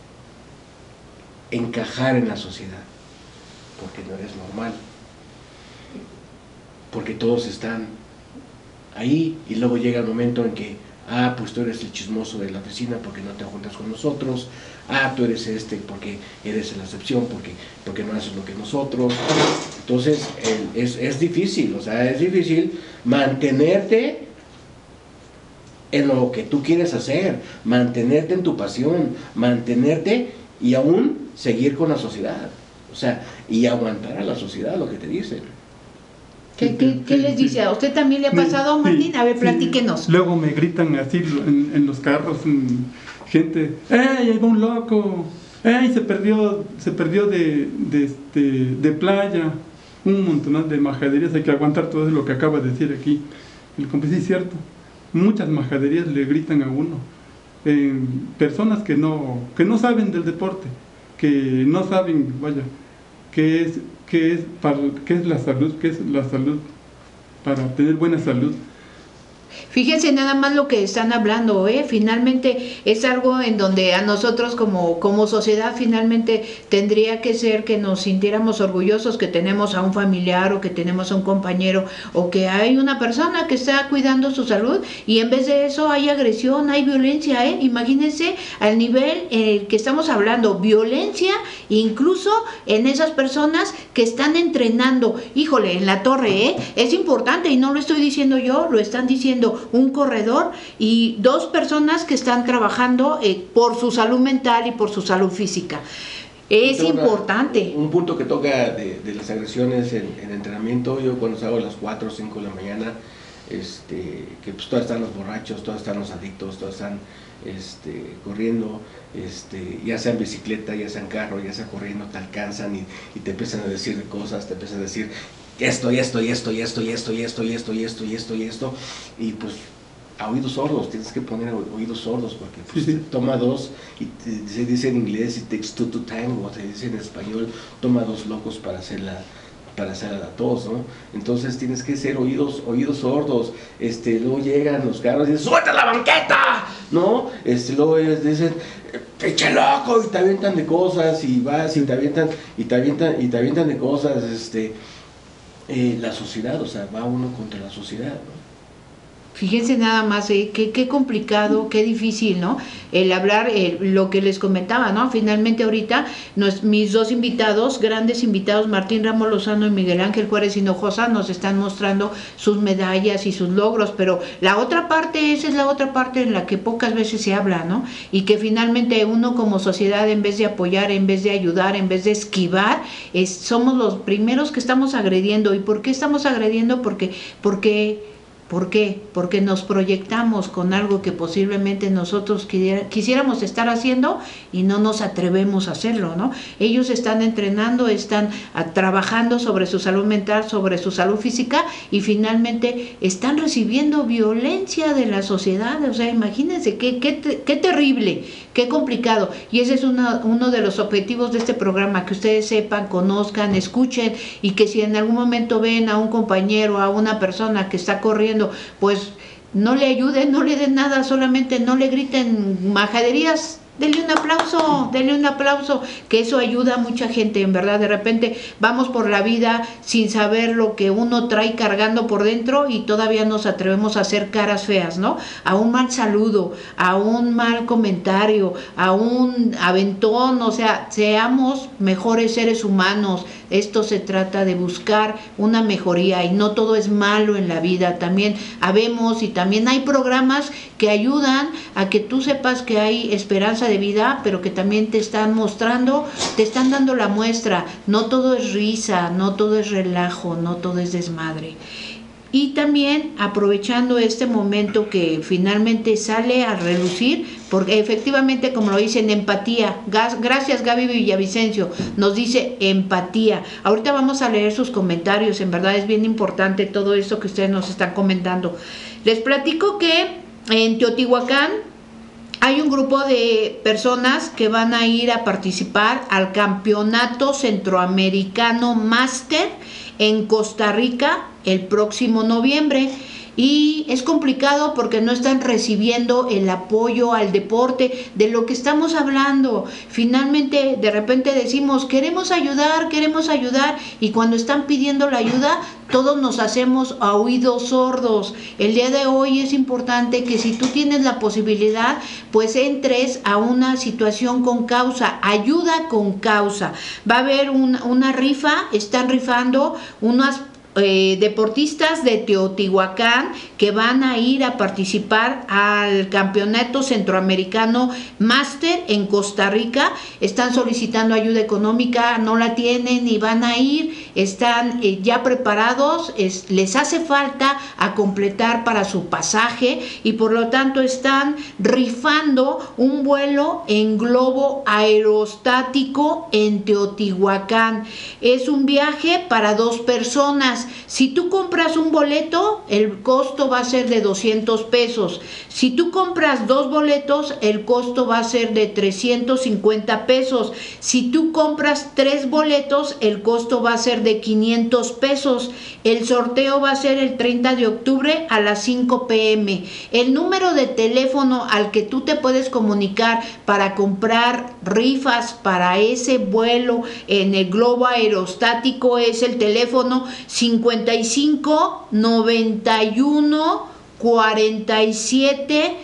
encajar en la sociedad, porque no eres normal, porque todos están ahí, y luego llega el momento en que ah, pues tú eres el chismoso de la oficina porque no te juntas con nosotros, ah, tú eres este porque eres la excepción, porque, porque no haces lo que nosotros. Entonces el, es, es difícil, o sea, es difícil mantenerte en lo que tú quieres hacer, mantenerte en tu pasión, mantenerte y aún seguir con la sociedad, o sea, y aguantar a la sociedad lo que te dicen. ¿Qué, qué, qué les dice? ¿A usted también le ha pasado, sí, Martín? A ver, sí. Platíquenos. Luego me gritan así en, en los carros, en, gente, ¡ey, ahí va un loco! ¡Ey, se perdió, se perdió de, de, este, de playa! Un montón de majaderías, hay que aguantar todo lo que acaba de decir aquí. El compa, sí es cierto, muchas majaderías le gritan a uno. Eh, personas que no, que no saben del deporte, que no saben, vaya, que es... ¿Qué es, para, ¿Qué es la salud? ¿Qué es la salud? Para tener buena salud. Fíjense nada más lo que están hablando, ¿eh? Finalmente es algo en donde a nosotros como, como sociedad finalmente tendría que ser que nos sintiéramos orgullosos que tenemos a un familiar o que tenemos a un compañero o que hay una persona que está cuidando su salud y en vez de eso hay agresión, hay violencia, ¿eh? Imagínense al nivel eh, que estamos hablando, violencia incluso en esas personas que están entrenando, híjole, en la torre, ¿eh? Es importante y no lo estoy diciendo yo, lo están diciendo un corredor y dos personas que están trabajando eh, por su salud mental y por su salud física. Es una, importante. Un punto que toca de, de las agresiones en, en entrenamiento, yo cuando salgo a las cuatro o cinco de la mañana, este, que pues todos están los borrachos, todos están los adictos, todos están este, corriendo, este, ya sea en bicicleta, ya sea en carro, ya sea corriendo, te alcanzan y, y te empiezan a decir cosas, te empiezan a decir esto y esto y esto y esto y esto y esto y esto y esto y esto y esto y pues a oídos sordos, tienes que poner oídos sordos porque pues, sí, sí. Toma dos y te, se dice en inglés it takes two to tango, se dice en español toma dos locos para hacer la para hacer la tos, ¿no? Entonces tienes que ser oídos oídos sordos. Este, luego llegan los carros y dicen ¡suelta la banqueta! ¿No? Este, luego ellos dicen ¡pinche loco! Y te avientan de cosas y vas y te avientan y te avientan y te avientan de cosas, este Eh, la sociedad, o sea, va uno contra la sociedad, ¿no? Fíjense nada más, eh, qué, qué complicado, qué difícil, ¿no? El hablar, eh, lo que les comentaba, ¿no? Finalmente ahorita nos, mis dos invitados, grandes invitados, Martín Ramos Lozano y Miguel Ángel Juárez Hinojosa, nos están mostrando sus medallas y sus logros, pero la otra parte, esa es la otra parte en la que pocas veces se habla, ¿no? Y que finalmente uno como sociedad, en vez de apoyar, en vez de ayudar, en vez de esquivar, es, somos los primeros que estamos agrediendo. ¿Y por qué estamos agrediendo? Porque, porque ¿Por qué? Porque nos proyectamos con algo que posiblemente nosotros quisiéramos estar haciendo y no nos atrevemos a hacerlo, ¿no? Ellos están entrenando, están trabajando sobre su salud mental, sobre su salud física y finalmente están recibiendo violencia de la sociedad. O sea, imagínense qué, qué, qué terrible, qué complicado. Y ese es uno, uno de los objetivos de este programa, que ustedes sepan, conozcan, escuchen y que si en algún momento ven a un compañero, a una persona que está corriendo, pues no le ayuden, no le den nada, solamente no le griten majaderías, denle un aplauso, denle un aplauso, que eso ayuda a mucha gente, en verdad. De repente vamos por la vida sin saber lo que uno trae cargando por dentro y todavía nos atrevemos a hacer caras feas, ¿no? A un mal saludo, a un mal comentario, a un aventón, o sea, seamos mejores seres humanos. Esto se trata de buscar una mejoría y no todo es malo en la vida. También habemos y también hay programas que ayudan a que tú sepas que hay esperanza de vida, pero que también te están mostrando, te están dando la muestra. No todo es risa, no todo es relajo, no todo es desmadre. Y también aprovechando este momento que finalmente sale a relucir, porque efectivamente, como lo dicen, empatía. Gracias, Gaby Villavicencio, nos dice empatía. Ahorita vamos a leer sus comentarios, en verdad es bien importante todo esto que ustedes nos están comentando. Les platico que en Teotihuacán hay un grupo de personas que van a ir a participar al Campeonato Centroamericano Máster en Costa Rica el próximo noviembre. Y es complicado porque no están recibiendo el apoyo al deporte de lo que estamos hablando. Finalmente, de repente decimos, queremos ayudar, queremos ayudar, y cuando están pidiendo la ayuda, todos nos hacemos a oídos sordos. El día de hoy es importante que si tú tienes la posibilidad, pues entres a una situación con causa, ayuda con causa. Va a haber una, una rifa, están rifando unas Eh, deportistas de Teotihuacán que van a ir a participar al Campeonato Centroamericano Máster en Costa Rica. Están solicitando ayuda económica, no la tienen y van a ir, están eh, ya preparados, es, les hace falta a completar para su pasaje y por lo tanto están rifando un vuelo en globo aerostático en Teotihuacán. Es un viaje para dos personas. Si tú compras un boleto, el costo va a ser de doscientos pesos. Si tú compras dos boletos, el costo va a ser de trescientos cincuenta pesos. Si tú compras tres boletos, el costo va a ser de quinientos pesos. El sorteo va a ser el treinta de octubre a las cinco pe eme. El número de teléfono al que tú te puedes comunicar para comprar rifas para ese vuelo en el globo aerostático es el teléfono cincuenta y cinco, noventa y uno, cuarenta y siete,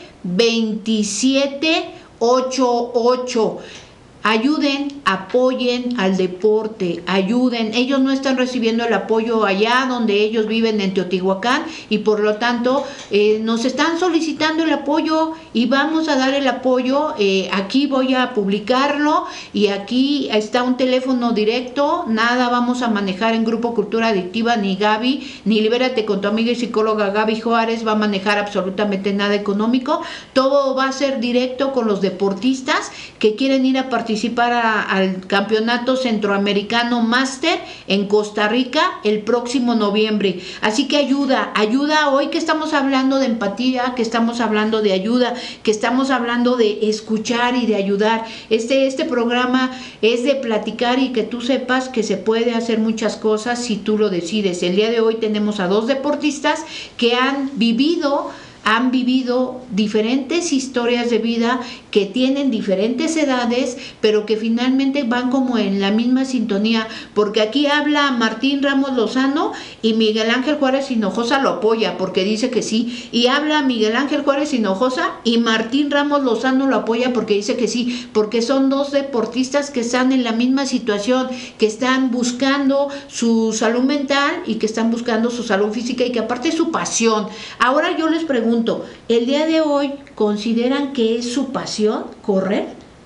veintisiete, ochenta y ocho. Ayuden, apoyen al deporte, ayuden. Ellos no están recibiendo el apoyo allá donde ellos viven en Teotihuacán y por lo tanto eh, nos están solicitando el apoyo y vamos a dar el apoyo. Eh, aquí voy a publicarlo y aquí está un teléfono directo. Nada vamos a manejar en Grupo Cultura Adictiva, ni Gaby, ni Libérate con tu amiga y psicóloga Gaby Juárez va a manejar absolutamente nada económico. Todo va a ser directo con los deportistas que quieren ir a participar participar a, al Campeonato Centroamericano Máster en Costa Rica el próximo noviembre. Así que ayuda, ayuda hoy que estamos hablando de empatía, que estamos hablando de ayuda, que estamos hablando de escuchar y de ayudar. Este, este programa es de platicar y que tú sepas que se puede hacer muchas cosas si tú lo decides. El día de hoy tenemos a dos deportistas que han vivido han vivido diferentes historias de vida, que tienen diferentes edades, pero que finalmente van como en la misma sintonía, porque aquí habla Martín Ramos Lozano y Miguel Ángel Juárez Hinojosa lo apoya, porque dice que sí, y habla Miguel Ángel Juárez Hinojosa y Martín Ramos Lozano lo apoya porque dice que sí, porque son dos deportistas que están en la misma situación, que están buscando su salud mental y que están buscando su salud física y que aparte es su pasión. Ahora yo les pregunto, el día de hoy, ¿consideran que es su pasión correr?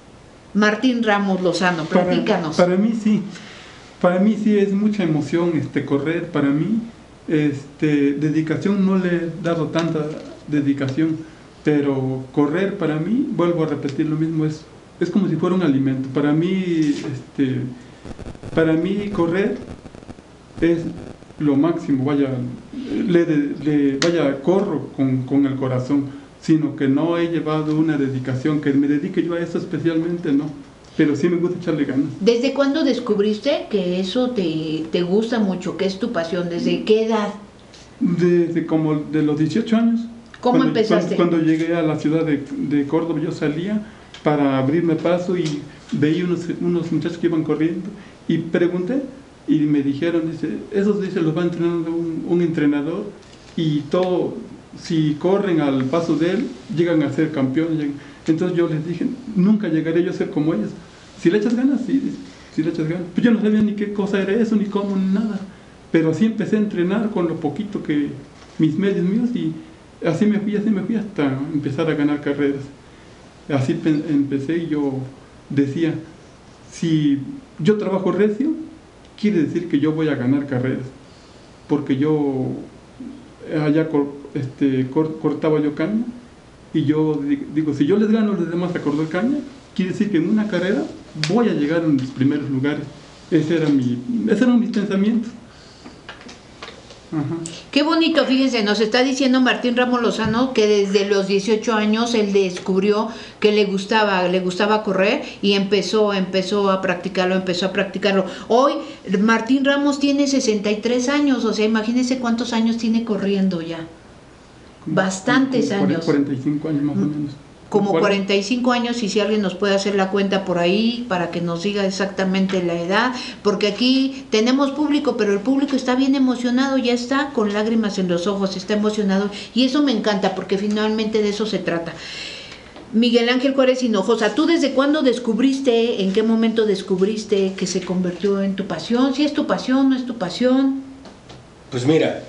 Martín Ramos Lozano, platícanos. Para, para mí sí, para mí sí es mucha emoción este correr, para mí este, dedicación no le he dado tanta dedicación, pero correr para mí, vuelvo a repetir lo mismo, es, es como si fuera un alimento. Para mí, este, para mí correr es lo máximo, vaya, le, le, vaya corro con, con el corazón, sino que no he llevado una dedicación, que me dedique yo a eso especialmente, no, pero sí me gusta echarle ganas. ¿Desde cuándo descubriste que eso te, te gusta mucho, que es tu pasión? ¿Desde qué edad? Desde como de los dieciocho años. ¿Cómo cuando, empezaste? Cuando, cuando llegué a la ciudad de, de Córdoba, yo salía para abrirme paso y veía unos, unos muchachos que iban corriendo y pregunté y me dijeron, dice, esos dice, los va entrenando un, un entrenador y todo, si corren al paso de él, llegan a ser campeones. Llegan. Entonces yo les dije, nunca llegaré yo a ser como ellos. Si le echas ganas, sí, si le echas ganas. Pues yo no sabía ni qué cosa era eso, ni cómo, ni nada. Pero así empecé a entrenar con lo poquito que mis medios míos y así me fui, así me fui hasta empezar a ganar carreras. Así empecé y yo decía, si yo trabajo recio, quiere decir que yo voy a ganar carreras. Porque yo allá este, cortaba yo caña y yo digo, si yo les gano a los demás a cortar caña, quiere decir que en una carrera voy a llegar en los primeros lugares. Ese era mi, ese eran mis pensamientos. Ajá. Qué bonito, fíjense, nos está diciendo Martín Ramos Lozano que desde los dieciocho años él descubrió que le gustaba, le gustaba correr y empezó, empezó a practicarlo, empezó a practicarlo. Hoy Martín Ramos tiene sesenta y tres años, o sea, imagínense cuántos años tiene corriendo ya. Bastantes como años. cuarenta y cinco años más o menos. Como cuarenta y cinco años, y si alguien nos puede hacer la cuenta por ahí para que nos diga exactamente la edad, porque aquí tenemos público, pero el público está bien emocionado, ya está con lágrimas en los ojos, está emocionado, y eso me encanta porque finalmente de eso se trata. Miguel Ángel Juárez Hinojosa, ¿tú desde cuándo descubriste, en qué momento descubriste que se convirtió en tu pasión? ¿Si es tu pasión, no es tu pasión? Pues mira,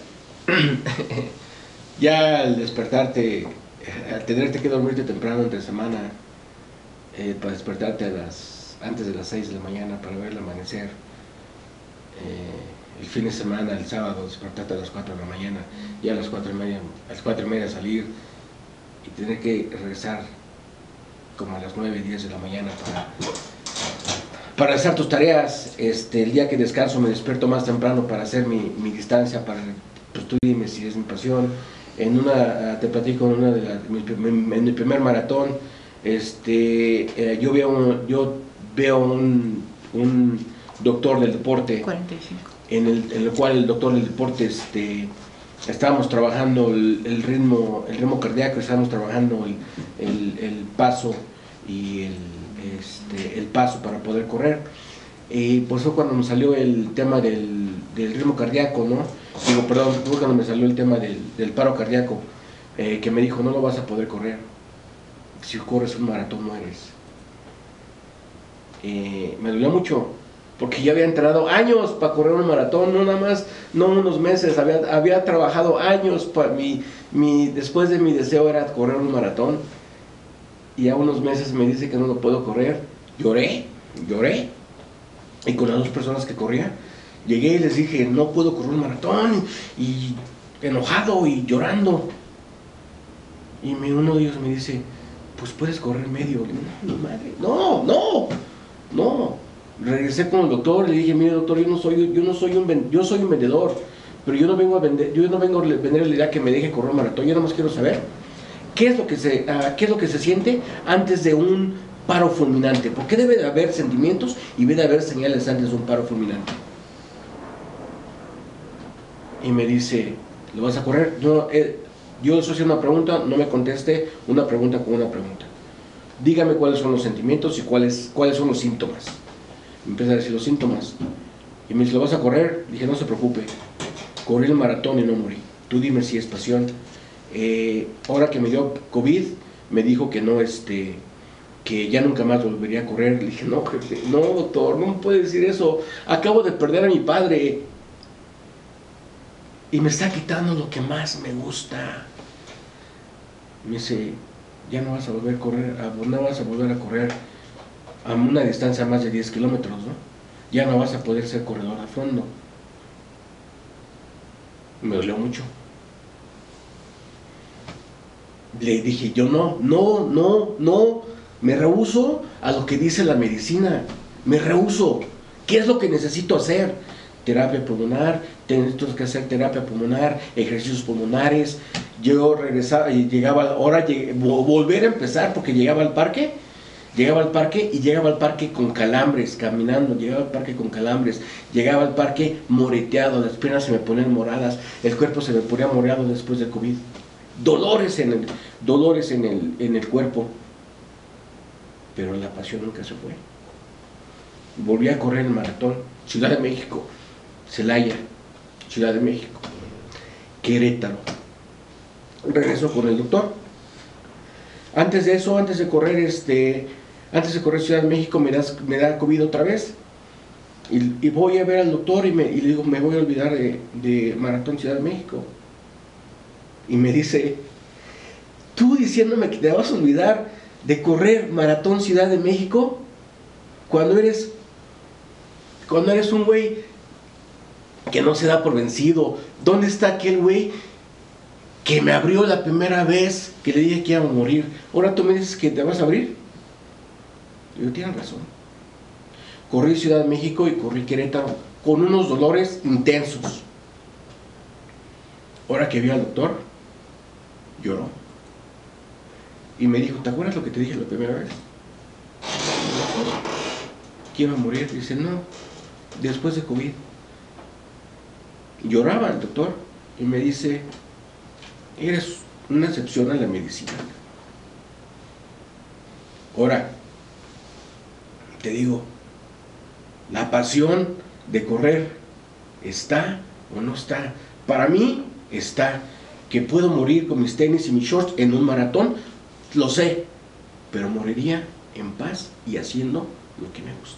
ya al despertarte, al tenerte que dormirte temprano entre semana, eh, para despertarte a las, antes de las seis de la mañana para ver el amanecer, eh, el fin de semana, el sábado, despertarte a las cuatro de la mañana y a las cuatro y media, a las cuatro y media salir y tener que regresar como a las nueve, diez de la mañana para, para hacer tus tareas. Este, el día que descanso me despierto más temprano para hacer mi, mi distancia, para, pues tú dime si es mi pasión. En una, te platico, en una de las, en mi primer maratón, este, eh, yo veo, un, yo veo un, un doctor del deporte, cuarenta y cinco. En el, en el cual el doctor del deporte, este, estábamos trabajando el, el ritmo, el ritmo cardíaco, estábamos trabajando el, el, el paso y el, este, el paso para poder correr. Y pues fue cuando me salió el tema del, del ritmo cardíaco, ¿no? Digo, perdón, fue cuando me salió el tema del, del paro cardíaco, eh, que me dijo, no lo vas a poder correr. Si corres un maratón mueres. Eh, me dolió mucho, porque ya había entrenado años para correr un maratón, no nada más, no unos meses, había, había trabajado años para mi, mi, después de mi deseo era correr un maratón, y a unos meses me dice que no lo puedo correr. Lloré, lloré, y con las dos personas que corría, llegué y les dije, no puedo correr un maratón, y enojado y llorando, y me, uno de ellos me dice, pues puedes correr medio. Le digo, no, madre, no, no, no. Regresé con el doctor, le dije, mire doctor, yo no soy, yo no soy un, yo soy un vendedor, pero yo no vengo a vender, yo no vengo a vender la idea que me deje correr un maratón. Yo nada más quiero saber qué es lo que se, uh, qué es lo que se siente antes de un paro fulminante, porque debe de haber sentimientos y debe de haber señales antes de un paro fulminante. Y me dice, ¿lo vas a correr? Yo, eh, yo les hice una pregunta, no me conteste una pregunta con una pregunta. Dígame cuáles son los sentimientos y cuáles, cuáles son los síntomas. Me empieza a decir los síntomas. Y me dice, ¿lo vas a correr? Dije, no se preocupe. Corrí el maratón y no morí. Tú dime si es pasión. Eh, ahora que me dio COVID, me dijo que no, este, que ya nunca más volvería a correr. Le dije, no, jefe, no, doctor, no me puede decir eso. Acabo de perder a mi padre. Y me está quitando lo que más me gusta. Me dice, ya no vas a volver a correr, no vas a volver a correr a una distancia más de diez kilómetros, ¿no? Ya no vas a poder ser corredor a fondo. Me dolió mucho. Le dije, yo no, no, no, no, me rehúso a lo que dice la medicina, me rehúso. ¿Qué es lo que necesito hacer? Terapia pulmonar, tengo que hacer terapia pulmonar, ejercicios pulmonares. Yo regresaba y llegaba, ahora llegué, volver a empezar porque llegaba al parque, llegaba al parque y llegaba al parque con calambres, caminando, llegaba al parque con calambres, llegaba al parque moreteado, las piernas se me ponían moradas, el cuerpo se me ponía morado después del COVID. Dolores en el, dolores en el, en el cuerpo, pero la pasión nunca se fue. Volví a correr el maratón, Ciudad de México, Celaya, Ciudad de México, Querétaro. Regreso con el doctor. Antes de eso, antes de correr este, antes de correr Ciudad de México, me da, me da COVID otra vez. Y, y voy a ver al doctor y, me, y le digo, me voy a olvidar de, de Maratón Ciudad de México. Y me dice, tú diciéndome que te vas a olvidar de correr Maratón Ciudad de México cuando eres cuando eres un güey que no se da por vencido. ¿Dónde está aquel güey que me abrió la primera vez que le dije que iba a morir? Ahora tú me dices que te vas a abrir. Yo, tienes razón. Corrí Ciudad de México y corrí Querétaro con unos dolores intensos. Ahora que vi al doctor, lloró y me dijo, ¿te acuerdas lo que te dije la primera vez? Que iba a morir. Dice, no, después de COVID. Lloraba el doctor y me dice, eres una excepción a la medicina. Ahora, te digo, la pasión de correr está o no está. Para mí está. Que puedo morir con mis tenis y mis shorts en un maratón, lo sé, pero moriría en paz y haciendo lo que me gusta.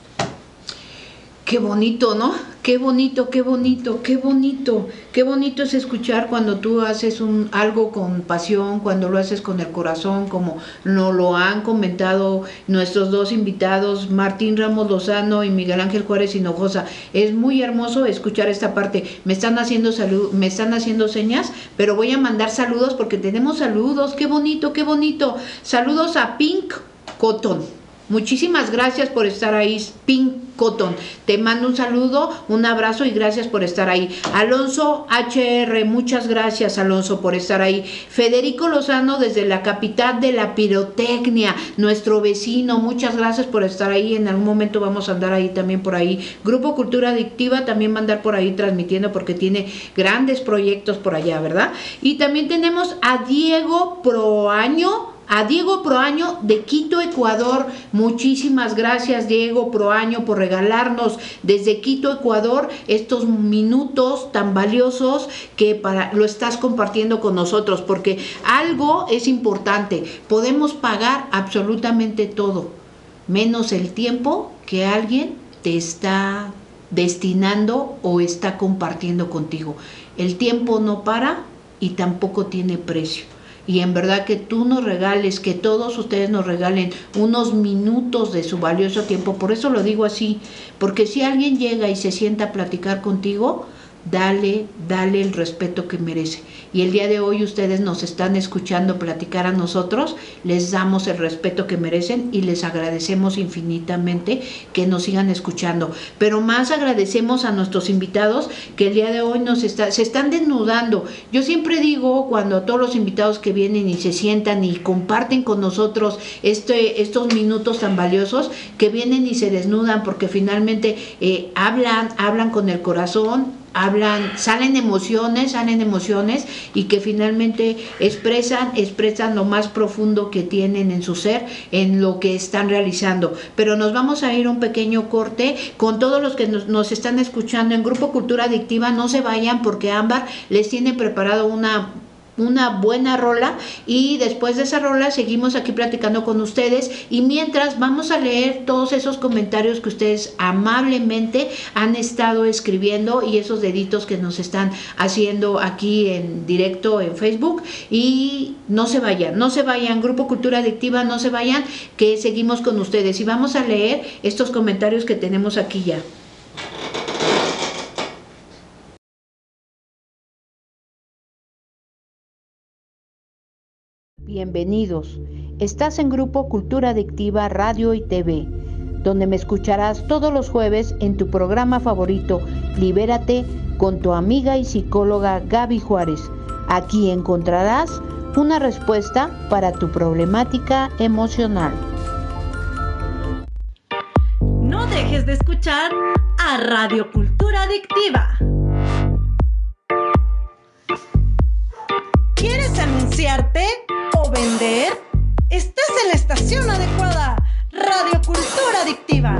Qué bonito, ¿no? Qué bonito, qué bonito, qué bonito. Qué bonito es escuchar cuando tú haces un, algo con pasión, cuando lo haces con el corazón, como nos lo han comentado nuestros dos invitados, Martín Ramos Lozano y Miguel Ángel Juárez Hinojosa. Es muy hermoso escuchar esta parte. Me están haciendo salud, me están haciendo señas, pero voy a mandar saludos porque tenemos saludos. Qué bonito, qué bonito. Saludos a Pink Cotton. Muchísimas gracias por estar ahí, Pink Cotton. Te mando un saludo, un abrazo y gracias por estar ahí. Alonso H R, muchas gracias, Alonso, por estar ahí. Federico Lozano desde la capital de la pirotecnia, nuestro vecino, muchas gracias por estar ahí. En algún momento vamos a andar ahí también por ahí. Grupo Cultura Adictiva también va a andar por ahí transmitiendo porque tiene grandes proyectos por allá, ¿verdad? Y también tenemos a Diego Proaño. A Diego Proaño de Quito, Ecuador. Muchísimas gracias, Diego Proaño, por regalarnos desde Quito, Ecuador, estos minutos tan valiosos que para, lo estás compartiendo con nosotros, porque algo es importante, podemos pagar absolutamente todo, menos el tiempo que alguien te está destinando o está compartiendo contigo. El tiempo no para y tampoco tiene precio. Y en verdad que tú nos regales, que todos ustedes nos regalen unos minutos de su valioso tiempo. Por eso lo digo así, porque si alguien llega y se sienta a platicar contigo, dale, dale el respeto que merece. Y el día de hoy ustedes nos están escuchando platicar a nosotros, les damos el respeto que merecen y les agradecemos infinitamente que nos sigan escuchando. Pero más agradecemos a nuestros invitados que el día de hoy nos está, se están desnudando. Yo siempre digo, cuando a todos los invitados que vienen y se sientan y comparten con nosotros este, estos minutos tan valiosos, que vienen y se desnudan porque finalmente eh, hablan, hablan con el corazón, hablan, salen emociones, salen emociones y que finalmente expresan, expresan lo más profundo que tienen en su ser, en lo que están realizando. Pero nos vamos a ir a un pequeño corte con todos los que nos, nos están escuchando en Grupo Cultura Adictiva. No se vayan porque Ámbar les tiene preparado una una buena rola y después de esa rola seguimos aquí platicando con ustedes y mientras vamos a leer todos esos comentarios que ustedes amablemente han estado escribiendo y esos deditos que nos están haciendo aquí en directo en Facebook. Y no se vayan, no se vayan, Grupo Cultura Adictiva, no se vayan, que seguimos con ustedes y vamos a leer estos comentarios que tenemos aquí ya. Bienvenidos. Estás en Grupo Cultura Adictiva Radio y T V, donde me escucharás todos los jueves en tu programa favorito, Libérate, con tu amiga y psicóloga Gaby Juárez. Aquí encontrarás una respuesta para tu problemática emocional. No dejes de escuchar a Radio Cultura Adictiva. ¿Quieres anunciarte o vender? Estás en la estación adecuada, Radio Cultura Adictiva.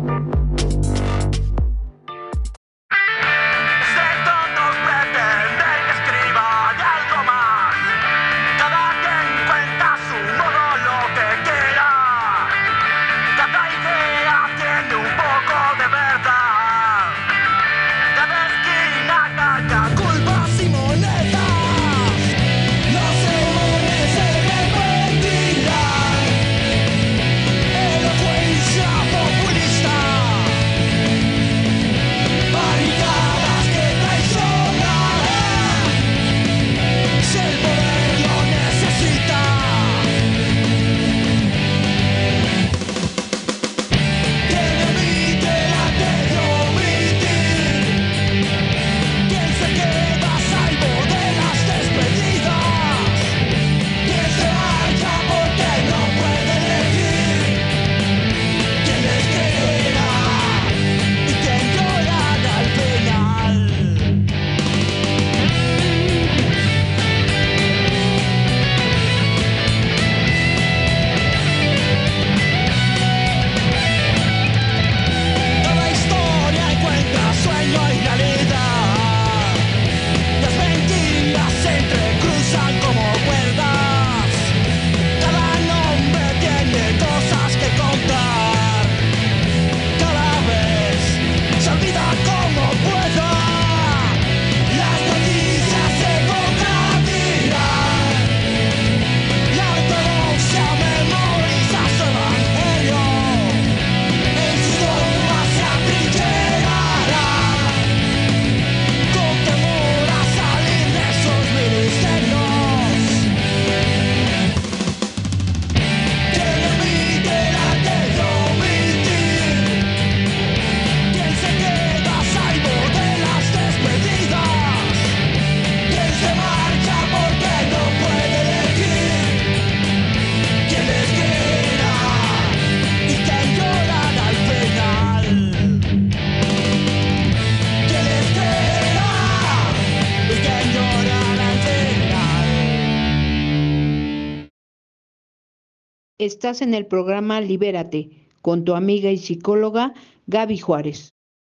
Estás en el programa Libérate, con tu amiga y psicóloga Gaby Juárez.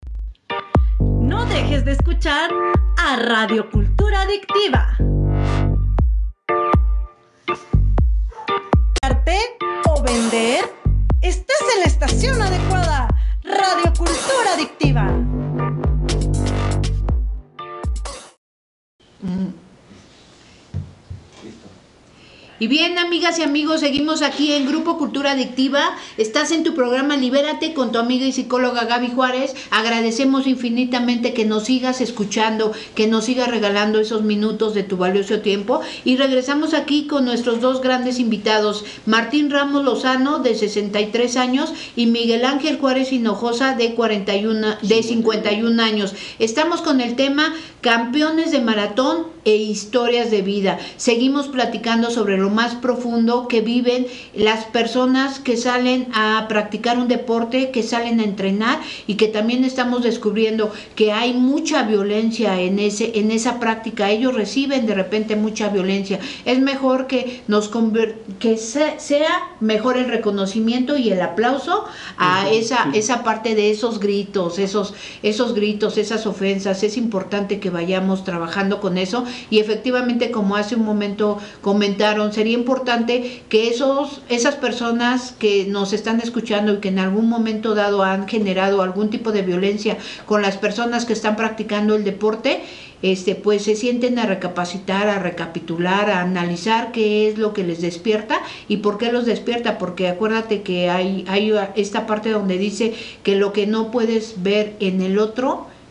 No dejes de escuchar a Radio Cultura Adictiva. ¿Arte o vender? Estás en la estación adecuada, Radio Cultura Adictiva. Mm. Y bien, amigas y amigos, seguimos aquí en Grupo Cultura Adictiva. Estás en tu programa Libérate con tu amiga y psicóloga Gaby Juárez. Agradecemos infinitamente que nos sigas escuchando, que nos sigas regalando esos minutos de tu valioso tiempo. Y regresamos aquí con nuestros dos grandes invitados, Martín Ramos Lozano, de sesenta y tres años, y Miguel Ángel Juárez Hinojosa, de, cuarenta y uno, de cincuenta y un años. Estamos con el tema Campeones de Maratón e Historias de Vida. Seguimos platicando sobre lo más profundo que viven las personas que salen a practicar un deporte, que salen a entrenar, y que también estamos descubriendo que hay mucha violencia en ese en esa práctica. Ellos reciben de repente mucha violencia. Es mejor que nos conver- que se- sea mejor el reconocimiento y el aplauso a sí, esa sí. esa parte de esos gritos, esos esos gritos, esas ofensas. Es importante que vayamos trabajando con eso, y efectivamente, como hace un momento comentaron, sería importante que esos, esas personas que nos están escuchando y que en algún momento dado han generado algún tipo de violencia con las personas que están practicando el deporte, este, pues se sienten a recapacitar, a recapitular, a analizar qué es lo que les despierta y por qué los despierta, porque acuérdate que hay, hay esta parte donde dice que lo que no puedes ver en el otro,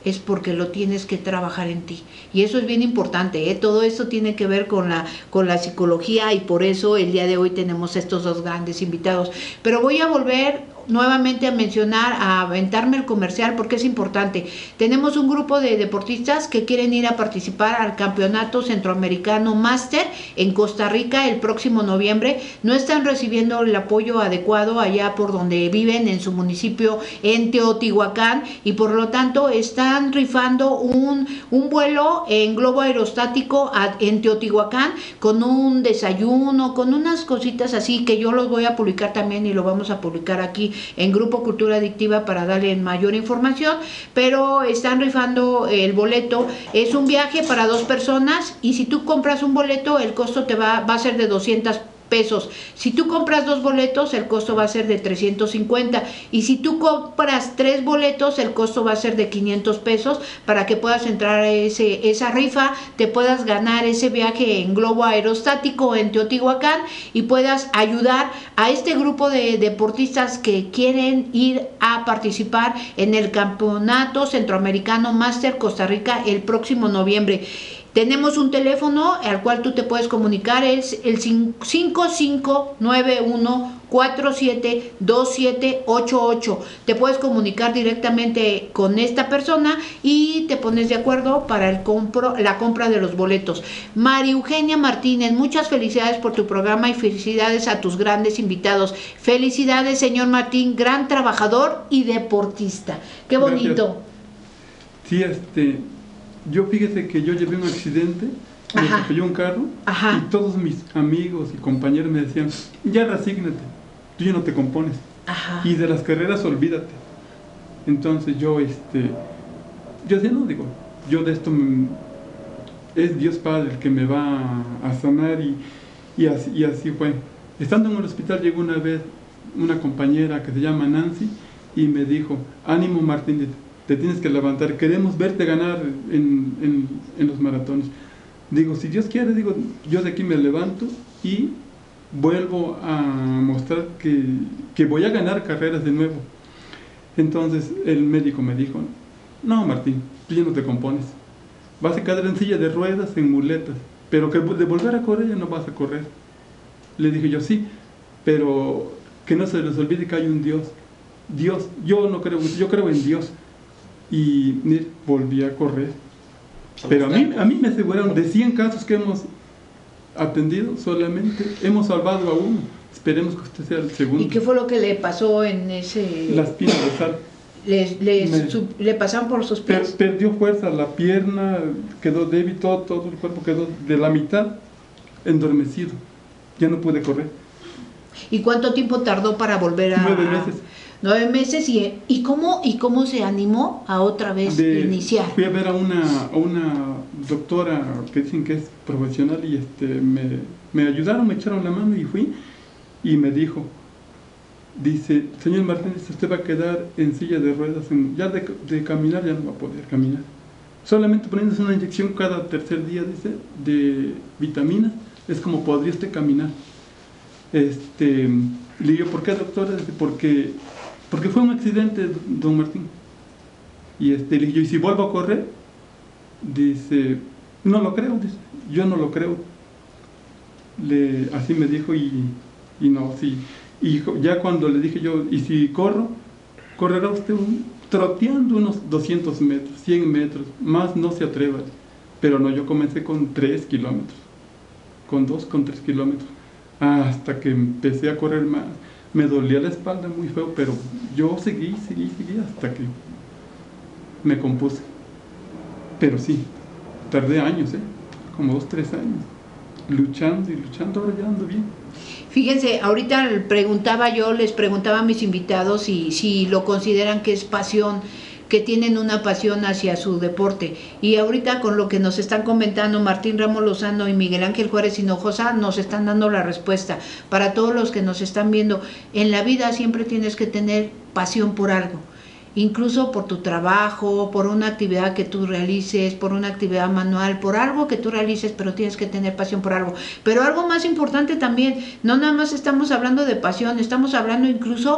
es porque lo tienes que trabajar en ti. Y eso es bien importante, ¿eh? Todo eso tiene que ver con la, con la psicología, y por eso el día de hoy tenemos estos dos grandes invitados. Pero voy a volver nuevamente a mencionar, a aventarme el comercial porque es importante. Tenemos un grupo de deportistas que quieren ir a participar al Campeonato Centroamericano Máster en Costa Rica el próximo noviembre. No están recibiendo el apoyo adecuado allá por donde viven, en su municipio, en Teotihuacán, y por lo tanto están rifando un, un vuelo en globo aerostático a, en Teotihuacán, con un desayuno, con unas cositas así que yo los voy a publicar también, y lo vamos a publicar aquí en Grupo Cultura Adictiva para darle mayor información. Pero están rifando el boleto. Es un viaje para dos personas, y si tú compras un boleto, el costo te va, va a ser de doscientos pesos. Si tú compras dos boletos, el costo va a ser de trescientos cincuenta, y si tú compras tres boletos, el costo va a ser de quinientos pesos, para que puedas entrar a ese, esa rifa, te puedas ganar ese viaje en globo aerostático en Teotihuacán, y puedas ayudar a este grupo de deportistas que quieren ir a participar en el Campeonato Centroamericano Máster Costa Rica el próximo noviembre. Tenemos un teléfono al cual tú te puedes comunicar, es el cinco cinco nueve uno cuatro siete dos siete ocho ocho. Te puedes comunicar directamente con esta persona y te pones de acuerdo para el compro, la compra de los boletos. María Eugenia Martínez, muchas felicidades por tu programa y felicidades a tus grandes invitados. Felicidades, señor Martín, gran trabajador y deportista. Qué bonito. Gracias. Sí, este... Yo fíjese que yo llevé un accidente, me atropelló un carro. Ajá. Y todos mis amigos y compañeros me decían, ya resígnate, tú ya no te compones. Ajá. Y de las carreras olvídate. Entonces yo, este, yo decía, no, digo, yo de esto, me, es Dios Padre el que me va a sanar, y, y, así, y así fue. Estando en el hospital llegó una vez una compañera que se llama Nancy y me dijo, ánimo Martín, te tienes que levantar, queremos verte ganar en, en, en los maratones. Digo, si Dios quiere, digo, yo de aquí me levanto y vuelvo a mostrar que, que voy a ganar carreras de nuevo. Entonces el médico me dijo, no Martín, tú ya no te compones, vas a quedar en silla de ruedas, en muletas, pero que de volver a correr ya no vas a correr. Le dije yo, sí, pero que no se les olvide que hay un Dios. Dios, yo no creo, yo creo en Dios. Y volví a correr. Pero a mí, a mí me aseguraron, de cien casos que hemos atendido, solamente hemos salvado a uno. Esperemos que usted sea el segundo. ¿Y qué fue lo que le pasó en ese...? La espina dorsal. ¿Le, le, me, su, ¿Le pasaron por sus pies? Per, perdió fuerza, la pierna quedó débil, todo, todo el cuerpo quedó de la mitad endormecido. Ya no pude correr. ¿Y cuánto tiempo tardó para volver a...? Nueve meses. Nueve meses, y, ¿y, cómo, ¿y cómo se animó a otra vez de, iniciar? Fui a ver a una, a una doctora que dicen que es profesional, y este me, me ayudaron, me echaron la mano y fui, y me dijo, dice, señor Martínez, usted va a quedar en silla de ruedas, en, ya de, de caminar ya no va a poder caminar. Solamente poniéndose una inyección cada tercer día, dice, de vitaminas, es como podría usted caminar. Este, le digo, ¿por qué, doctora? Dice, porque... Porque fue un accidente, don Martín. Y este, le dije yo, ¿y si vuelvo a correr? Dice, no lo creo, dice, yo no lo creo. Le, así me dijo, y, y no, sí. Y ya cuando le dije yo, ¿y si corro? Correrá usted un, troteando unos doscientos metros, cien metros, más no se atreva. Pero no, yo comencé con tres kilómetros, con dos, con tres kilómetros, hasta que empecé a correr más. Me dolía la espalda muy feo, pero yo seguí, seguí, seguí hasta que me compuse. Pero sí, tardé años, ¿eh? Como dos, tres años, luchando y luchando, ahora ya ando bien. Fíjense, ahorita preguntaba yo, les preguntaba a mis invitados si, si lo consideran que es pasión, que tienen una pasión hacia su deporte. Y ahorita con lo que nos están comentando Martín Ramos Lozano y Miguel Ángel Juárez Hinojosa, nos están dando la respuesta. Para todos los que nos están viendo, en la vida siempre tienes que tener pasión por algo. Incluso por tu trabajo, por una actividad que tú realices, por una actividad manual, por algo que tú realices, pero tienes que tener pasión por algo. Pero algo más importante también, no nada más estamos hablando de pasión, estamos hablando incluso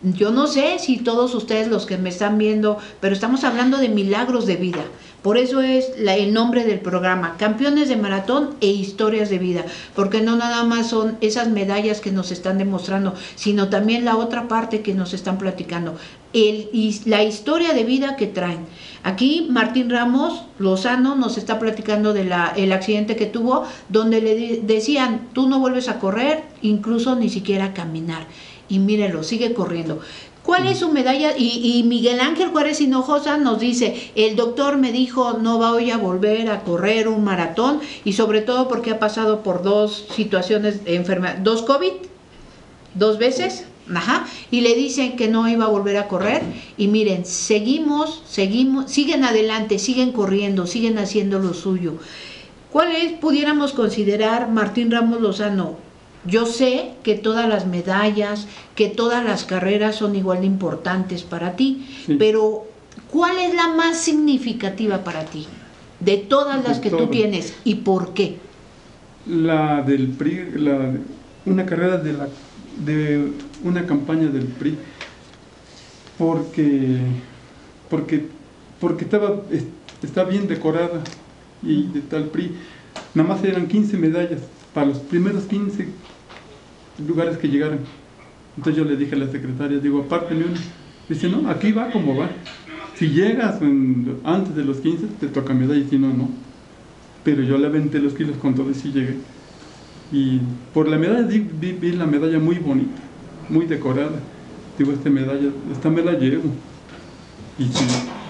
Yo no sé si todos ustedes los que me están viendo, pero estamos hablando de milagros de vida. Por eso es la, el nombre del programa, Campeones de Maratón e Historias de Vida, porque no nada más son esas medallas que nos están demostrando, sino también la otra parte que nos están platicando, el, y la historia de vida que traen. Aquí Martín Ramos Lozano nos está platicando de la, el accidente que tuvo, donde le de, decían, tú no vuelves a correr, incluso ni siquiera a caminar. Y mírenlo, sigue corriendo. ¿Cuál es su medalla? Y, y Miguel Ángel Juárez Hinojosa nos dice, el doctor me dijo no voy a volver a correr un maratón, y sobre todo porque ha pasado por dos situaciones de enfermedad, dos COVID, dos veces, ajá, y le dicen que no iba a volver a correr, y miren, seguimos, seguimos, siguen adelante, siguen corriendo, siguen haciendo lo suyo. ¿Cuál es, pudiéramos considerar, Martín Ramos Lozano? Yo sé que todas las medallas, que todas las carreras son igual de importantes para ti, sí. Pero ¿cuál es la más significativa para ti de todas las de que todo. Tú tienes y por qué? La del P R I, la, una carrera de, la, de una campaña del P R I, porque, porque, porque estaba, está bien decorada y de tal P R I, nada más eran quince medallas para los primeros quince lugares que llegaron. Entonces yo le dije a la secretaria, digo, apárteme una. Dice, no, aquí va como va. Si llegas en, antes de los quince, te toca medalla, y si no, no. Pero yo le aventé los kilos con todo y sí llegué. Y por la medalla, vi, vi, vi la medalla muy bonita, muy decorada. Digo, esta medalla, esta me la llevo. Y sí.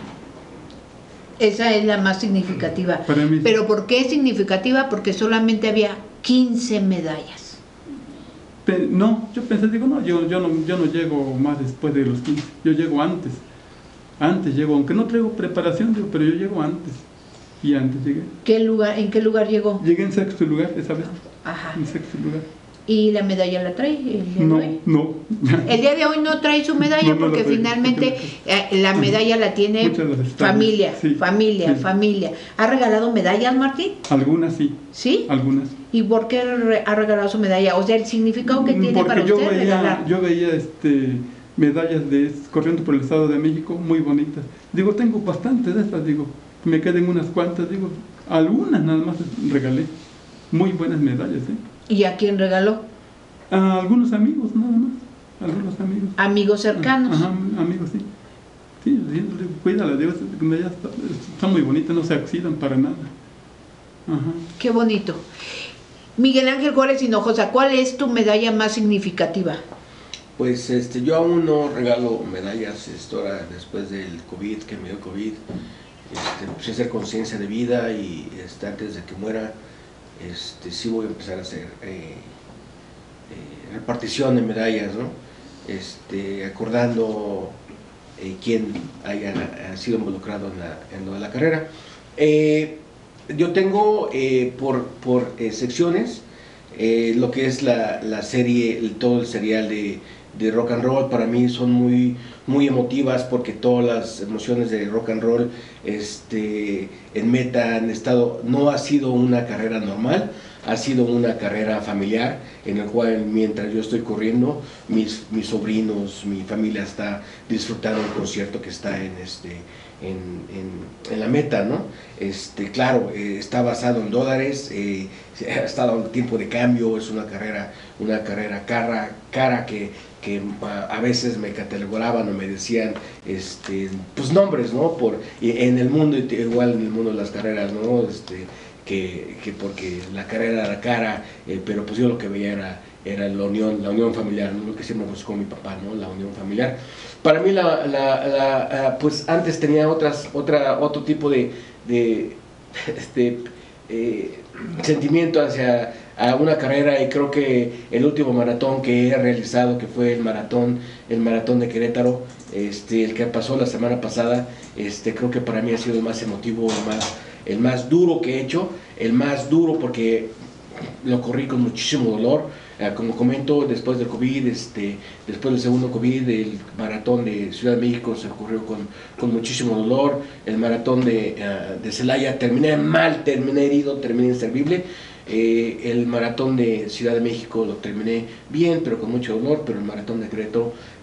Esa es la más significativa. Para mí. ¿Pero por qué es significativa? Porque solamente había quince medallas. Pe no, yo pensé, digo, no, yo, yo no, yo no llego más después de los quince, yo llego antes. Antes llego, aunque no traigo preparación, digo, pero yo llego antes. Y antes llegué. ¿Qué lugar, ¿En qué lugar llegó? Llegué en sexto lugar esa vez. Ajá. En sexto lugar. ¿Y la medalla la trae el día no, de hoy? No, el día de hoy no trae su medalla, no, no porque finalmente eh, la medalla la tiene familia, sí, familia, sí. familia. ¿Ha regalado medallas, Martín? Algunas sí. ¿Sí? Algunas. ¿Y por qué ha regalado su medalla? O sea, el significado que tiene porque para yo usted veía, regalar. Yo veía este, medallas de corriendo por el Estado de México muy bonitas. Digo, tengo bastantes de estas, digo, me queden unas cuantas, digo, algunas nada más regalé. Muy buenas medallas, ¿eh? ¿Y a quién regaló? A algunos amigos, nada más. Algunos amigos. ¿Amigos cercanos? Ajá, amigos, sí. Sí, cuídala, digo, medallas están muy bonitas, no se oxidan para nada. Ajá. Qué bonito. Miguel Ángel Juárez Hinojosa, ¿cuál es tu medalla más significativa? Pues este, yo aún no regalo medallas, esto ahora después del COVID, que me dio COVID, este, pues hacer conciencia de vida y este, antes de que muera, este, sí voy a empezar a hacer eh, eh, repartición de medallas, ¿no? Este, acordando eh, quién haya ha sido involucrado en, la, en lo de la carrera. Eh, yo tengo eh, por, por eh, secciones eh, lo que es la, la serie, el, todo el serial de, de rock and roll. Para mí son muy, muy emotivas porque todas las emociones de rock and roll este, en meta han estado, no ha sido una carrera normal, ha sido una carrera familiar en el cual mientras yo estoy corriendo, mis, mis sobrinos, mi familia está disfrutando el concierto que está en, este, en, en, en la meta, ¿no? Este, claro, eh, está basado en dólares, eh, ha estado en tiempo de cambio, es una carrera, una carrera cara, cara que, que a, a veces me catalogaban o me decían este, pues nombres, ¿no? Por, en el mundo, igual en el mundo de las carreras, ¿no? Este, Que, que porque la carrera era cara, eh, pero pues yo lo que veía era, era la unión, la unión familiar, ¿no? Lo que siempre me buscó mi papá, ¿no? La unión familiar. Para mí, la, la, la, pues antes tenía otras, otra, otro tipo de, de este, eh, sentimiento hacia a una carrera, y creo que el último maratón que he realizado, que fue el maratón, el maratón de Querétaro, este, el que pasó la semana pasada, este, creo que para mí ha sido el más emotivo, el más el más duro que he hecho, el más duro porque lo corrí con muchísimo dolor, eh, como comento, después del COVID, este, después del segundo COVID, el maratón de Ciudad de México se ocurrió con, con muchísimo dolor, el maratón de, uh, de Celaya terminé mal, terminé herido, terminé inservible, eh, el maratón de Ciudad de México lo terminé bien, pero con mucho dolor, pero el maratón de Querétaro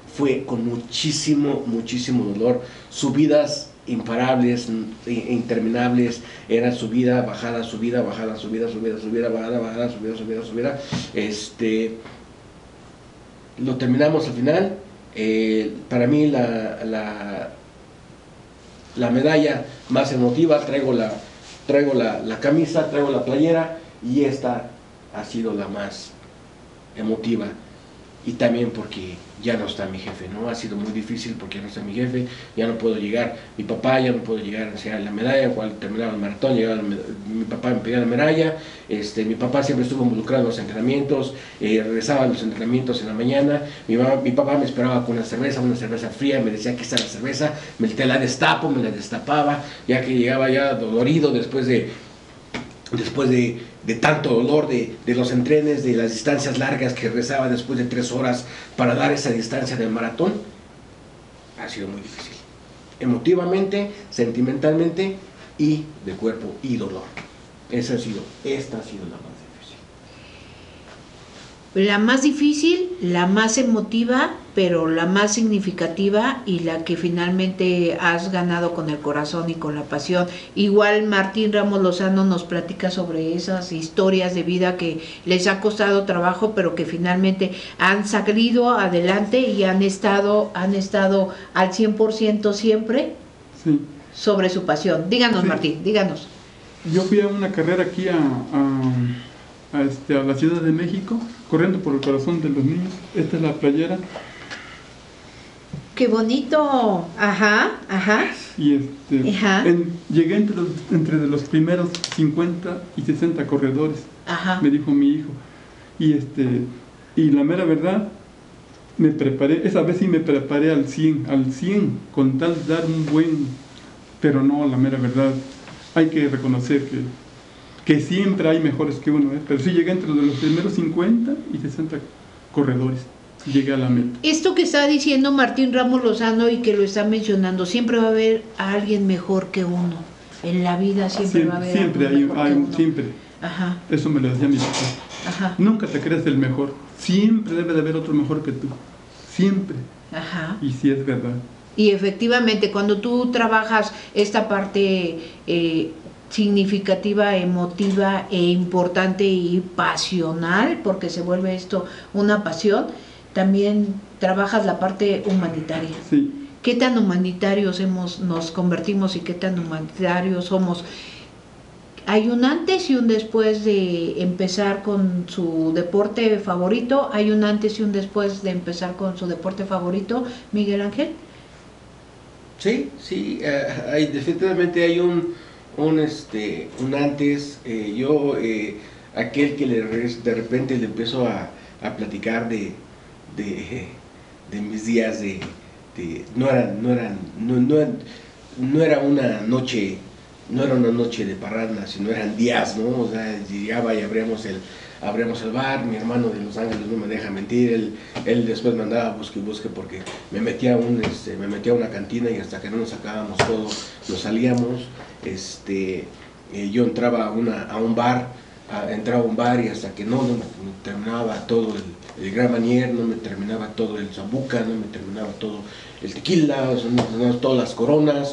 fue con muchísimo, muchísimo dolor, subidas imparables, interminables, era subida, bajada, subida, bajada, subida, subida, subida, bajada, bajada, subida, subida, subida, este, lo terminamos al final. Eh, para mí la, la, la medalla más emotiva, traigo la, traigo la, la camisa, traigo la playera, y esta ha sido la más emotiva, y también porque ya no está mi jefe, ¿no? Ha sido muy difícil porque ya no está mi jefe, ya no puedo llegar, mi papá ya no puedo llegar a enseñar la medalla. Cuando terminaba el maratón, llegaba el, mi papá me pedía la medalla, este, mi papá siempre estuvo involucrado en los entrenamientos, eh, regresaba a los entrenamientos en la mañana, mi, mamá, mi papá me esperaba con una cerveza, una cerveza fría, me decía, aquí está la cerveza, me te la destapo, me la destapaba, ya que llegaba ya dolorido después de después de, de tanto dolor, de, de los entrenes, de las distancias largas que regresaba después de tres horas para dar esa distancia del maratón. Ha sido muy difícil, emotivamente, sentimentalmente y de cuerpo y dolor. Esa ha sido, esta ha sido la más difícil. La más difícil, la más emotiva, pero la más significativa y la que finalmente has ganado con el corazón y con la pasión. Igual Martín Ramos Lozano nos platica sobre esas historias de vida que les ha costado trabajo, pero que finalmente han salido adelante y han estado, han estado al cien por ciento siempre sí. sobre su pasión. Díganos, sí. Martín, díganos. Yo fui a una carrera aquí a... a... A, este, a la Ciudad de México, corriendo por el corazón de los niños. Esta es la playera. ¡Qué bonito! Ajá, ajá. Y este, ajá. En, llegué entre los, entre los primeros cincuenta y sesenta corredores, ajá. Me dijo mi hijo. Y, este, y la mera verdad, me preparé, esa vez sí me preparé al cien, al cien, con tal de dar un buen, pero no, la mera verdad, hay que reconocer que que siempre hay mejores que uno, ¿eh? Pero sí llegué entre los primeros cincuenta y sesenta corredores, llegué a la meta. Esto que está diciendo Martín Ramos Lozano y que lo está mencionando, siempre va a haber a alguien mejor que uno, en la vida siempre, siempre va a haber siempre hay, mejor hay que uno. Siempre, ajá. Eso me lo decía mi papá. Ajá. Nunca te creas el mejor, siempre debe de haber otro mejor que tú, siempre. Ajá. Y sí es verdad. Y efectivamente, cuando tú trabajas esta parte eh, significativa, emotiva e importante y pasional, porque se vuelve esto una pasión, también trabajas la parte humanitaria. Sí. ¿Qué tan humanitarios hemos, nos convertimos y qué tan humanitarios somos? Hay un antes y un después de empezar con su deporte favorito, hay un antes y un después de empezar con su deporte favorito, Miguel Ángel. Sí, sí, uh, hay, definitivamente hay un un este un antes. eh, yo eh, aquel que le, de repente le empiezo a, a platicar de, de, de mis días de, de no eran no eran no, no, no era una noche no era una noche de parranda, sino eran días, ¿no? O sea, llegaba y abríamos el abríamos el bar, mi hermano de Los Ángeles no me deja mentir, él, él después me andaba busque y busque porque me metía, un, este, me metía a una cantina y hasta que no nos sacábamos todo, nos salíamos. Este, eh, yo entraba a, una, a un bar, a, entraba a un bar y hasta que no, no me, me terminaba todo el, el Gran Manier, no me terminaba todo el Zambuca, no me terminaba todo el tequila, o sea, no, no, todas las coronas,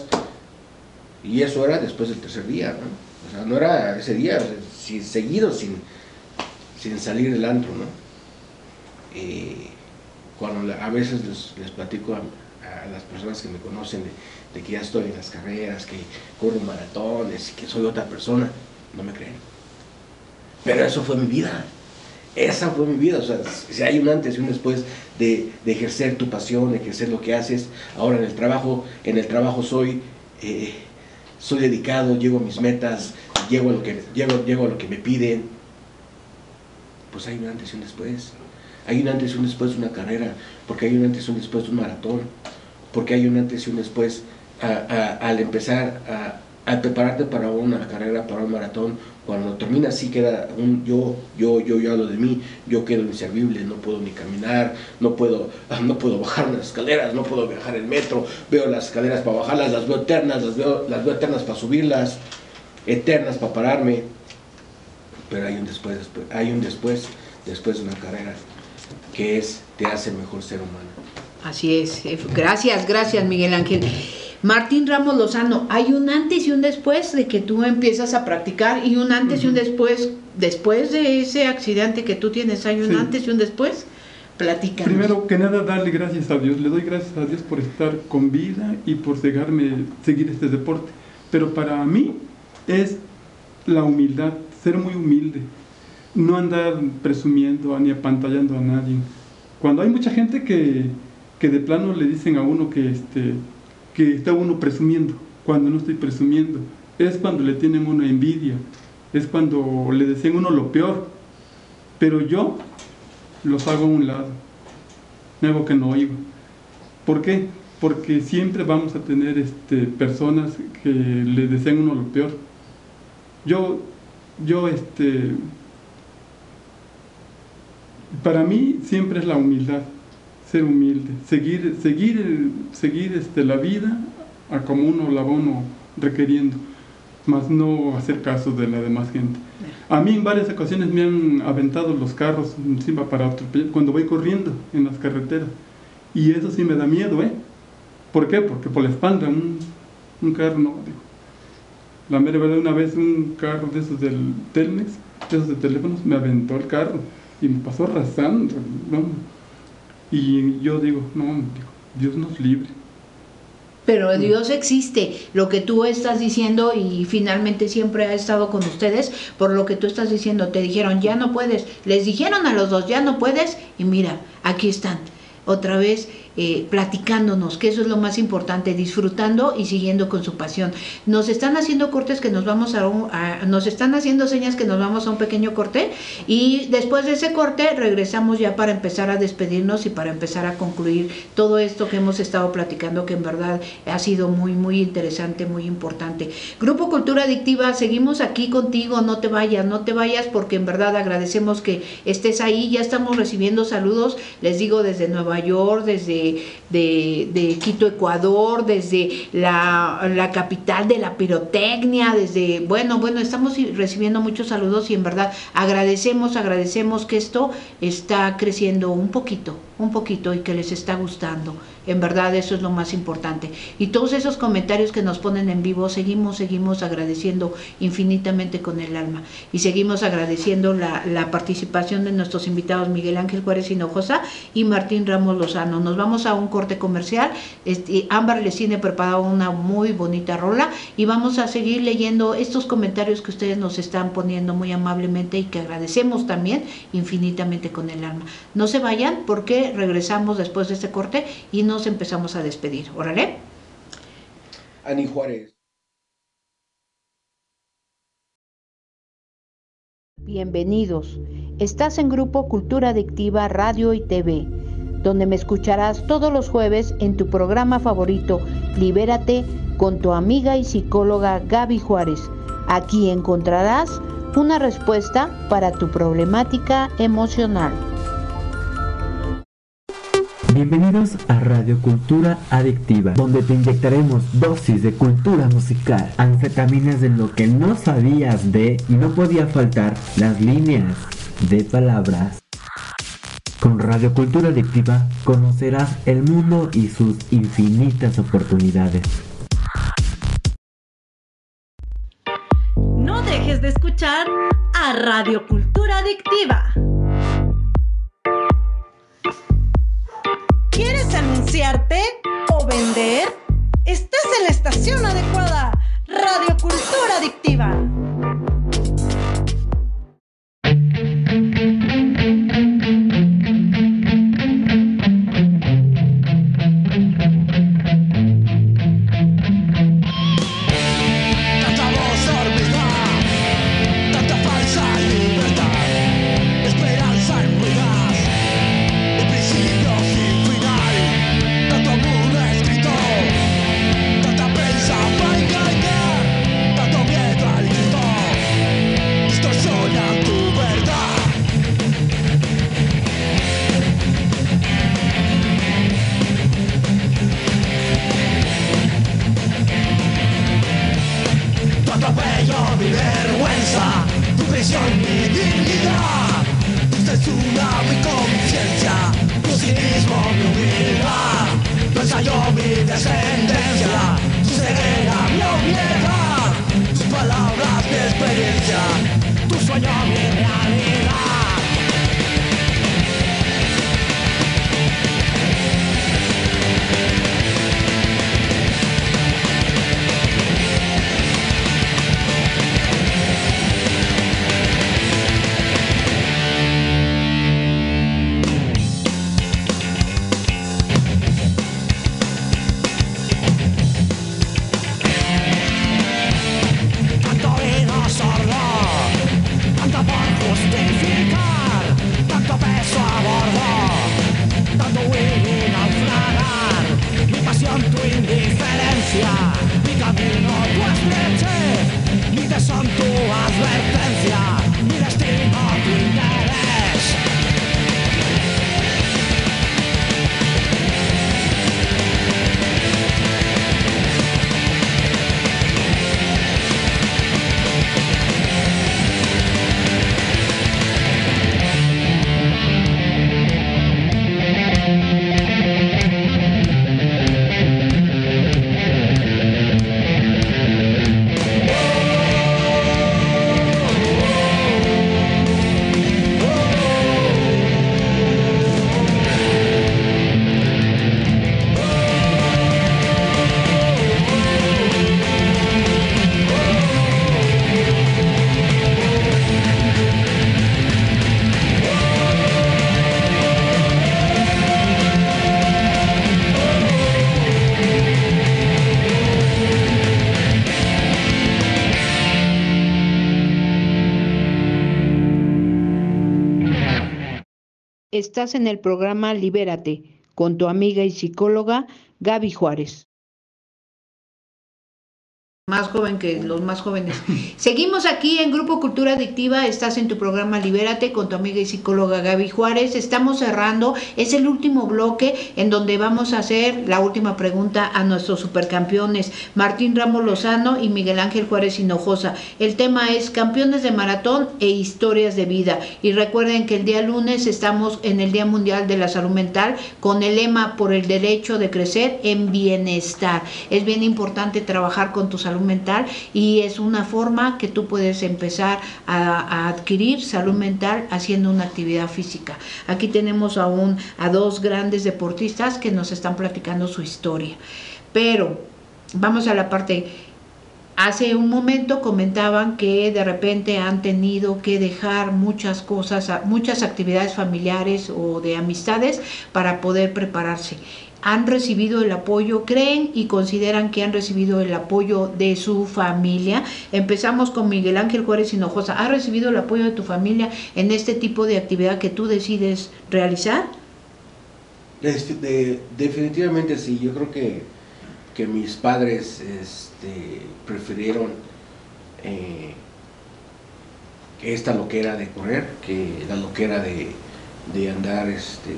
y eso era después del tercer día, ¿no? O sea, no era ese día, o sea, si, seguido sin, sin salir del antro, ¿no? Eh, cuando a veces les, les platico a, a las personas que me conocen de, de que ya estoy en las carreras, que corro maratones, que soy otra persona, no me creen. Pero eso fue mi vida, esa fue mi vida. O sea, si hay un antes y un después de, de ejercer tu pasión, de ejercer lo que haces. Ahora en el trabajo, en el trabajo soy, eh, soy dedicado, llego a mis metas, llego a lo que, llego, llego a lo que me piden. Pues hay un antes y un después. Hay un antes y un después de una carrera, porque hay un antes y un después de un maratón, porque hay un antes y un después a, a, al empezar a, a prepararte para una carrera, para un maratón. Cuando terminas sí queda un yo, yo, yo, yo hablo de mí, yo quedo inservible, no puedo ni caminar, no puedo, no puedo bajar unas escaleras, no puedo viajar el metro, veo las escaleras para bajarlas, las veo eternas, las veo, las veo eternas para subirlas, eternas para pararme, pero hay un después, después, hay un después, después de una carrera, que es, te hace mejor ser humano. Así es. Gracias, gracias, Miguel Ángel. Martín Ramos Lozano, hay un antes y un después de que tú empiezas a practicar y un antes uh-huh. y un después, después de ese accidente que tú tienes, hay un sí. antes y un después. Platícanos. Primero que nada, darle gracias a Dios. Le doy gracias a Dios por estar con vida y por dejarme seguir este deporte. Pero para mí es la humildad, ser muy humilde, no andar presumiendo ni apantallando a nadie. Cuando hay mucha gente que, que de plano le dicen a uno que, este, que está uno presumiendo, cuando no estoy presumiendo, es cuando le tienen una envidia, es cuando le desean uno lo peor. Pero yo los hago a un lado, me hago que no oigo. ¿Por qué? Porque siempre vamos a tener este, personas que le desean uno lo peor. Yo, yo, este, para mí siempre es la humildad, ser humilde, seguir, seguir, seguir este, la vida a como uno la va uno requiriendo, más no hacer caso de la demás gente. A mí en varias ocasiones me han aventado los carros encima para atropellar cuando voy corriendo en las carreteras, y eso sí me da miedo, ¿eh? ¿Por qué? Porque por la espalda un, un carro, no, digo. La mera verdad, una vez un carro de esos del Telmex, de esos de teléfonos, me aventó el carro y me pasó arrasando, ¿no? Y yo digo, no, digo, Dios nos libre. Pero Dios existe, lo que tú estás diciendo, y finalmente siempre ha estado con ustedes, por lo que tú estás diciendo, te dijeron, ya no puedes, les dijeron a los dos, ya no puedes, y mira, aquí están, otra vez eh, platicándonos, que eso es lo más importante, disfrutando y siguiendo con su pasión. Nos están haciendo cortes que nos vamos a, un, a nos están haciendo señas que nos vamos a un pequeño corte, y después de ese corte regresamos ya para empezar a despedirnos y para empezar a concluir todo esto que hemos estado platicando, que en verdad ha sido muy muy interesante, muy importante. Grupo Cultura Adictiva, seguimos aquí contigo, no te vayas, no te vayas, porque en verdad agradecemos que estés ahí. Ya estamos recibiendo saludos, les digo, desde Nueva York, desde De, de Quito, Ecuador, desde la, la capital de la pirotecnia, desde, bueno, bueno, estamos recibiendo muchos saludos, y en verdad agradecemos, agradecemos que esto está creciendo un poquito, un poquito, y que les está gustando. En verdad eso es lo más importante. Y todos esos comentarios que nos ponen en vivo, seguimos, seguimos agradeciendo infinitamente con el alma. Y seguimos agradeciendo la, la participación de nuestros invitados Miguel Ángel Juárez Hinojosa y Martín Ramos Lozano. Nos vamos a un corte comercial. Este, Ámbar les tiene preparado una muy bonita rola, y vamos a seguir leyendo estos comentarios que ustedes nos están poniendo muy amablemente, y que agradecemos también infinitamente con el alma. No se vayan, porque regresamos después de este corte y nos Nos empezamos a despedir. Órale. Ani Juárez. Bienvenidos. Estás en Grupo Cultura Adictiva Radio y T V, donde me escucharás todos los jueves en tu programa favorito, Libérate, con tu amiga y psicóloga Gaby Juárez. Aquí encontrarás una respuesta para tu problemática emocional. Bienvenidos a Radio Cultura Adictiva, donde te inyectaremos dosis de cultura musical, anfetaminas de lo que no sabías de, y no podía faltar, las líneas de palabras. Con Radio Cultura Adictiva conocerás el mundo y sus infinitas oportunidades. No dejes de escuchar a Radio Cultura Adictiva. ¿Quieres anunciarte o vender? Estás en la estación adecuada. Radio Cultura Adictiva. Mi vergüenza, tu presión, mi dignidad. Usted es una mi conciencia. cinismo, mi humildad, tu ensayo, mi descendencia, tu ceguera, mi obviedad, tus palabras, mi experiencia, tu sueño, mi realidad. Estás en el programa Libérate con tu amiga y psicóloga Gaby Juárez. Más joven que los más jóvenes. Seguimos aquí en Grupo Cultura Adictiva. Estás en tu programa Libérate con tu amiga y psicóloga Gaby Juárez. Estamos cerrando. Es el último bloque en donde vamos a hacer la última pregunta a nuestros supercampeones Martín Ramos Lozano y Miguel Ángel Juárez Hinojosa. El tema es campeones de maratón e historias de vida. Y recuerden que el día lunes estamos en el Día Mundial de la Salud Mental con el lema por el derecho de crecer en bienestar. Es bien importante trabajar con tu salud mental y es una forma que tú puedes empezar a, a adquirir salud mental haciendo una actividad física. Aquí tenemos a, un, a dos grandes deportistas que nos están platicando su historia. Pero vamos a la parte. Hace un momento comentaban que de repente han tenido que dejar muchas cosas, muchas actividades familiares o de amistades para poder prepararse. ¿Han recibido el apoyo? ¿Creen y consideran que han recibido el apoyo de su familia? Empezamos con Miguel Ángel Juárez Hinojosa. ¿Has recibido el apoyo de tu familia en este tipo de actividad que tú decides realizar? De, de, definitivamente sí. Yo creo que, que mis padres este, prefirieron eh, esta loquera de correr que la loquera de, de andar... Este,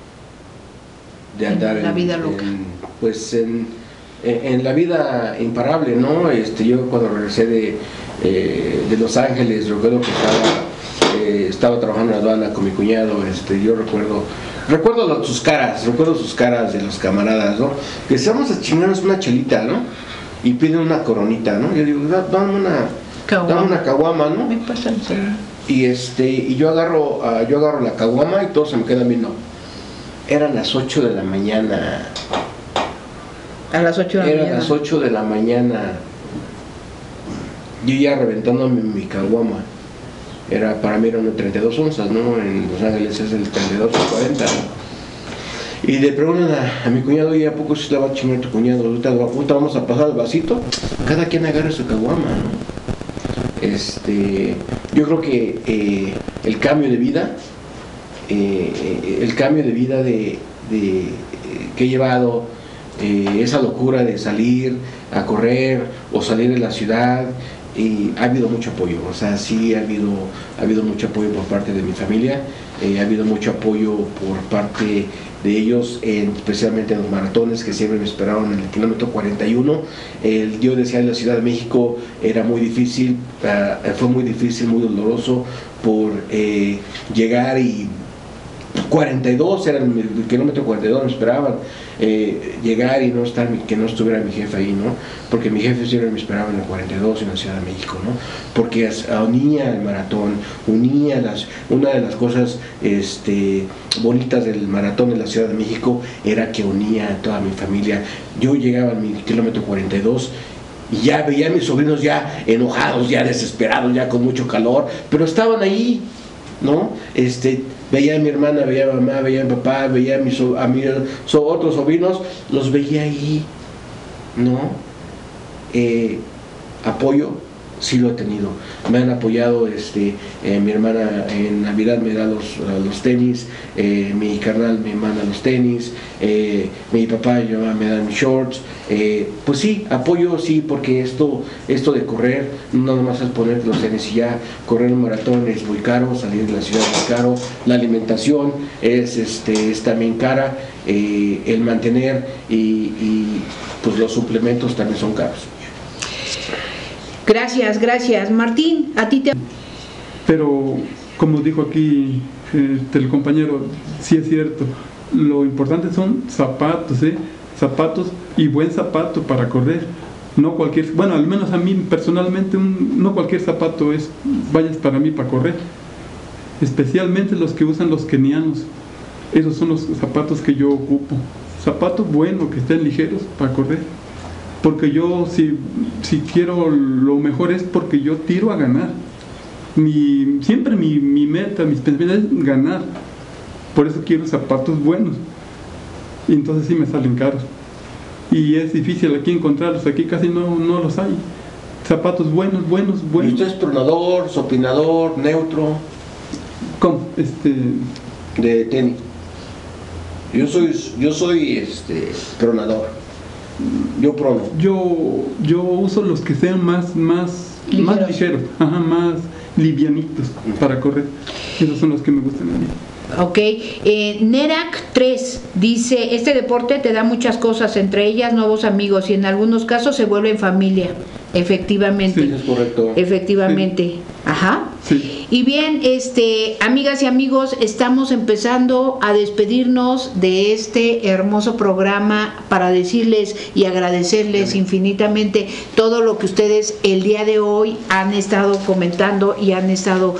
de andar en la vida en, loca. En, pues en, en, en la vida imparable, ¿no? Este, yo cuando regresé de, eh, de Los Ángeles, recuerdo que estaba, eh, estaba trabajando en la aduana con mi cuñado, este, yo recuerdo, recuerdo lo, sus caras, recuerdo sus caras de los camaradas, ¿no? Que estamos a chingarnos una chelita, ¿no? Y piden una coronita, ¿no? Yo digo, dame una, dame una caguama, ¿no? Me pasa y este, y yo agarro, uh, yo agarro la caguama y todos se me quedan viendo. Eran las ocho de la mañana. A las ocho de la Eran mañana. las ocho de la mañana. Yo ya reventando mi, mi caguama. Era, para mí era una treinta y dos onzas, ¿no? En Los Ángeles es el treinta y dos o cuarenta, ¿no? Y le preguntan a, a mi cuñado, ¿y a poco se la va a chingar tu cuñado? Ahorita, ahorita vamos a pasar el vasito. Cada quien agarra su caguama, ¿no? Este, yo creo que eh, el cambio de vida Eh, el cambio de vida de, de, eh, que he llevado, eh, esa locura de salir a correr o salir de la ciudad, y ha habido mucho apoyo, o sea, sí ha habido, ha habido mucho apoyo por parte de mi familia, eh, ha habido mucho apoyo por parte de ellos, en, especialmente en los maratones que siempre me esperaron en el kilómetro cuarenta y uno. El, yo decía en la Ciudad de México era muy difícil, uh, fue muy difícil, muy doloroso por eh, llegar y cuarenta y dos, era el, el kilómetro cuarenta y dos, me esperaban eh, llegar y no estar, que no estuviera mi jefe ahí, ¿no? Porque mi jefe siempre me esperaba en el cuarenta y dos en la Ciudad de México, ¿no? Porque unía el maratón, unía las, una de las cosas este, bonitas del maratón en la Ciudad de México era que unía a toda mi familia. Yo llegaba a mi kilómetro cuarenta y dos y ya veía a mis sobrinos ya enojados, ya desesperados, ya con mucho calor, pero estaban ahí, ¿no? Este, veía a mi hermana, veía a mi mamá, veía a mi papá, veía a mis, a mis so, otros sobrinos, los veía ahí, ¿no? Eh, apoyo, sí lo he tenido. Me han apoyado, este, eh, mi hermana en Navidad me da los, los tenis, eh, mi carnal me manda los tenis, eh, mi papá y mi mamá me dan mis shorts. Eh, pues sí, apoyo, sí, porque esto, esto de correr, no nada más es ponerte los tenis y ya. Correr un maratón es muy caro, salir de la ciudad es muy caro, la alimentación es, este, es también cara, eh, el mantener y, y pues los suplementos también son caros. Gracias, gracias. Martín, a ti te... Pero, como dijo aquí este, el compañero, sí es cierto, lo importante son zapatos, ¿eh? Zapatos y buen zapato para correr. No cualquier, bueno, al menos a mí personalmente, un, no cualquier zapato es, vayas para mí para correr. Especialmente los que usan los kenianos. Esos son los zapatos que yo ocupo. Zapatos buenos, que estén ligeros para correr. Porque yo, si, si quiero lo mejor es porque yo tiro a ganar. Mi, siempre mi, mi meta, mis pensamientos es ganar. Por eso quiero zapatos buenos. Y entonces sí me salen caros. Y es difícil aquí encontrarlos, aquí casi no, no los hay. Zapatos buenos, buenos, buenos. ¿Y usted es tronador, sopinador, neutro? ¿Cómo? Este... De tenis. Yo soy, yo soy este, tronador. Yo prono. Yo, yo uso los que sean más, más, ligeros. más ligeros, ajá, más livianitos para correr. Esos son los que me gustan a mí. Ok, eh, Nerak tres dice, este deporte te da muchas cosas, entre ellas nuevos amigos y en algunos casos se vuelven familia. Efectivamente. Sí, es correcto. Efectivamente. Sí. Ajá. Sí. Y bien, este, amigas y amigos, estamos empezando a despedirnos de este hermoso programa para decirles y agradecerles infinitamente todo lo que ustedes el día de hoy han estado comentando y han estado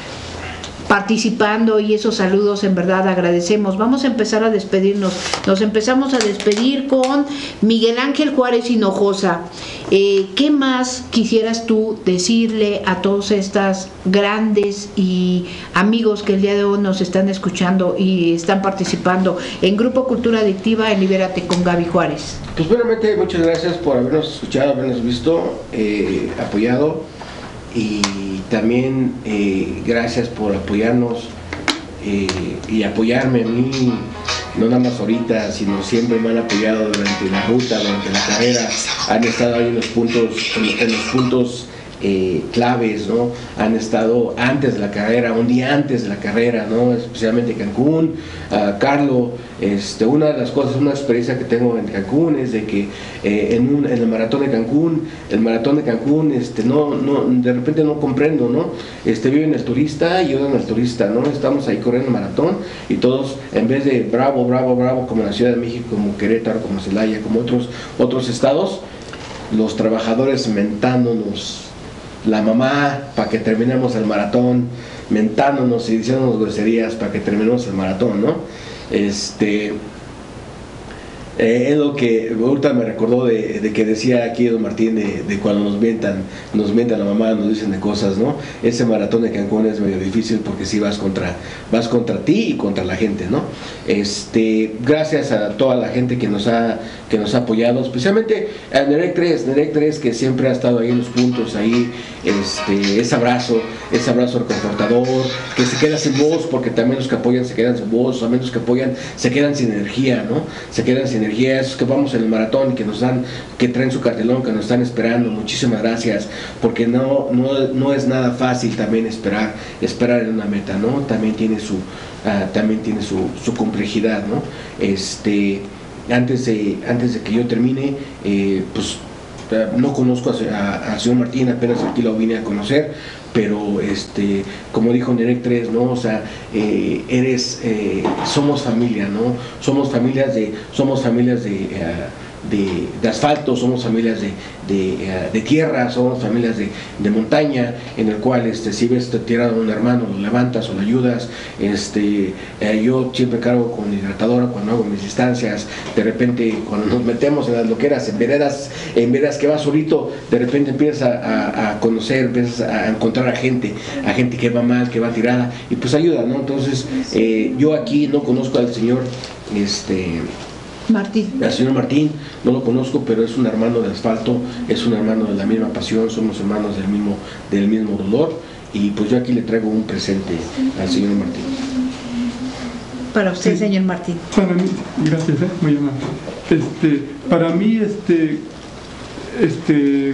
participando, y esos saludos en verdad agradecemos. Vamos a empezar a despedirnos. Nos empezamos a despedir con Miguel Ángel Juárez Hinojosa. Eh, ¿Qué más quisieras tú decirle a todos estas grandes y amigos que el día de hoy nos están escuchando y están participando en Grupo Cultura Adictiva en Libérate con Gaby Juárez? Pues primeramente muchas gracias por habernos escuchado, habernos visto, eh, apoyado. Y también eh, gracias por apoyarnos eh, y apoyarme a mí, no nada más ahorita, sino siempre me han apoyado durante la ruta, durante la carrera, han estado ahí en los puntos, en, en los puntos eh, claves, ¿no? Han estado antes de la carrera, un día antes de la carrera, ¿no? Especialmente Cancún, uh, Carlo, este, una de las cosas, una experiencia que tengo en Cancún es de que eh, en, un, en el maratón de Cancún, el maratón de Cancún, este, no, no, de repente no comprendo, ¿no? Este, viven el turista y yo en el turista, ¿no? Estamos ahí corriendo el maratón y todos, en vez de bravo, bravo, bravo, como en la Ciudad de México, como Querétaro, como Celaya, como otros, otros estados, los trabajadores mentándonos la mamá para que terminemos el maratón, mentándonos y diciéndonos groserías para que terminemos el maratón, ¿no? Este, eh, es lo que ahorita me recordó de, de que decía aquí don Martín de, de cuando nos mientan, nos mientan la mamá, nos dicen de cosas, ¿no? Ese maratón de Cancún es medio difícil porque sí vas contra, vas contra ti y contra la gente, ¿no? Este, gracias a toda la gente que nos ha, que nos ha apoyado, especialmente a Nerec tres, Nerec tres que siempre ha estado ahí en los puntos, ahí, este, ese abrazo, ese abrazo reconfortador, que se queda sin voz, porque también los que apoyan se quedan sin voz, también los que apoyan se quedan sin energía, ¿no? Se quedan sin energía, esos que vamos en el maratón, que nos dan, que traen su cartelón, que nos están esperando, muchísimas gracias, porque no, no, no es nada fácil también esperar, esperar en una meta, ¿no? También tiene su, uh, también tiene su, su complejidad, ¿no? Este, antes de, antes de que yo termine, eh, pues no conozco al señor Martín, apenas aquí lo vine a conocer, pero este, como dijo Nerec tres, ¿no? O sea, eh, eres, eh, somos familia, ¿no? Somos familias de, somos familias de, uh, de, de asfalto, somos familias de, de, uh, de tierra, somos familias de, de montaña, en el cual este, si ves tirado a un hermano, lo levantas o lo ayudas. Este, eh, yo siempre cargo con hidratadora cuando hago mis distancias. De repente, cuando nos metemos en las loqueras, en veredas, en veredas que vas solito, de repente empiezas a, a, a conocer, empiezas a encontrar a gente, a gente que va mal, que va tirada, y pues ayuda, ¿no? Entonces, eh, yo aquí no conozco al señor este Martín. Al señor Martín, no lo conozco, pero es un hermano de asfalto, es un hermano de la misma pasión, somos hermanos del mismo, del mismo dolor, y pues yo aquí le traigo un presente al señor Martín. Para usted, Sí. señor Martín. Para mí, gracias, ¿eh? Muy amable. Este, para mí, este, este,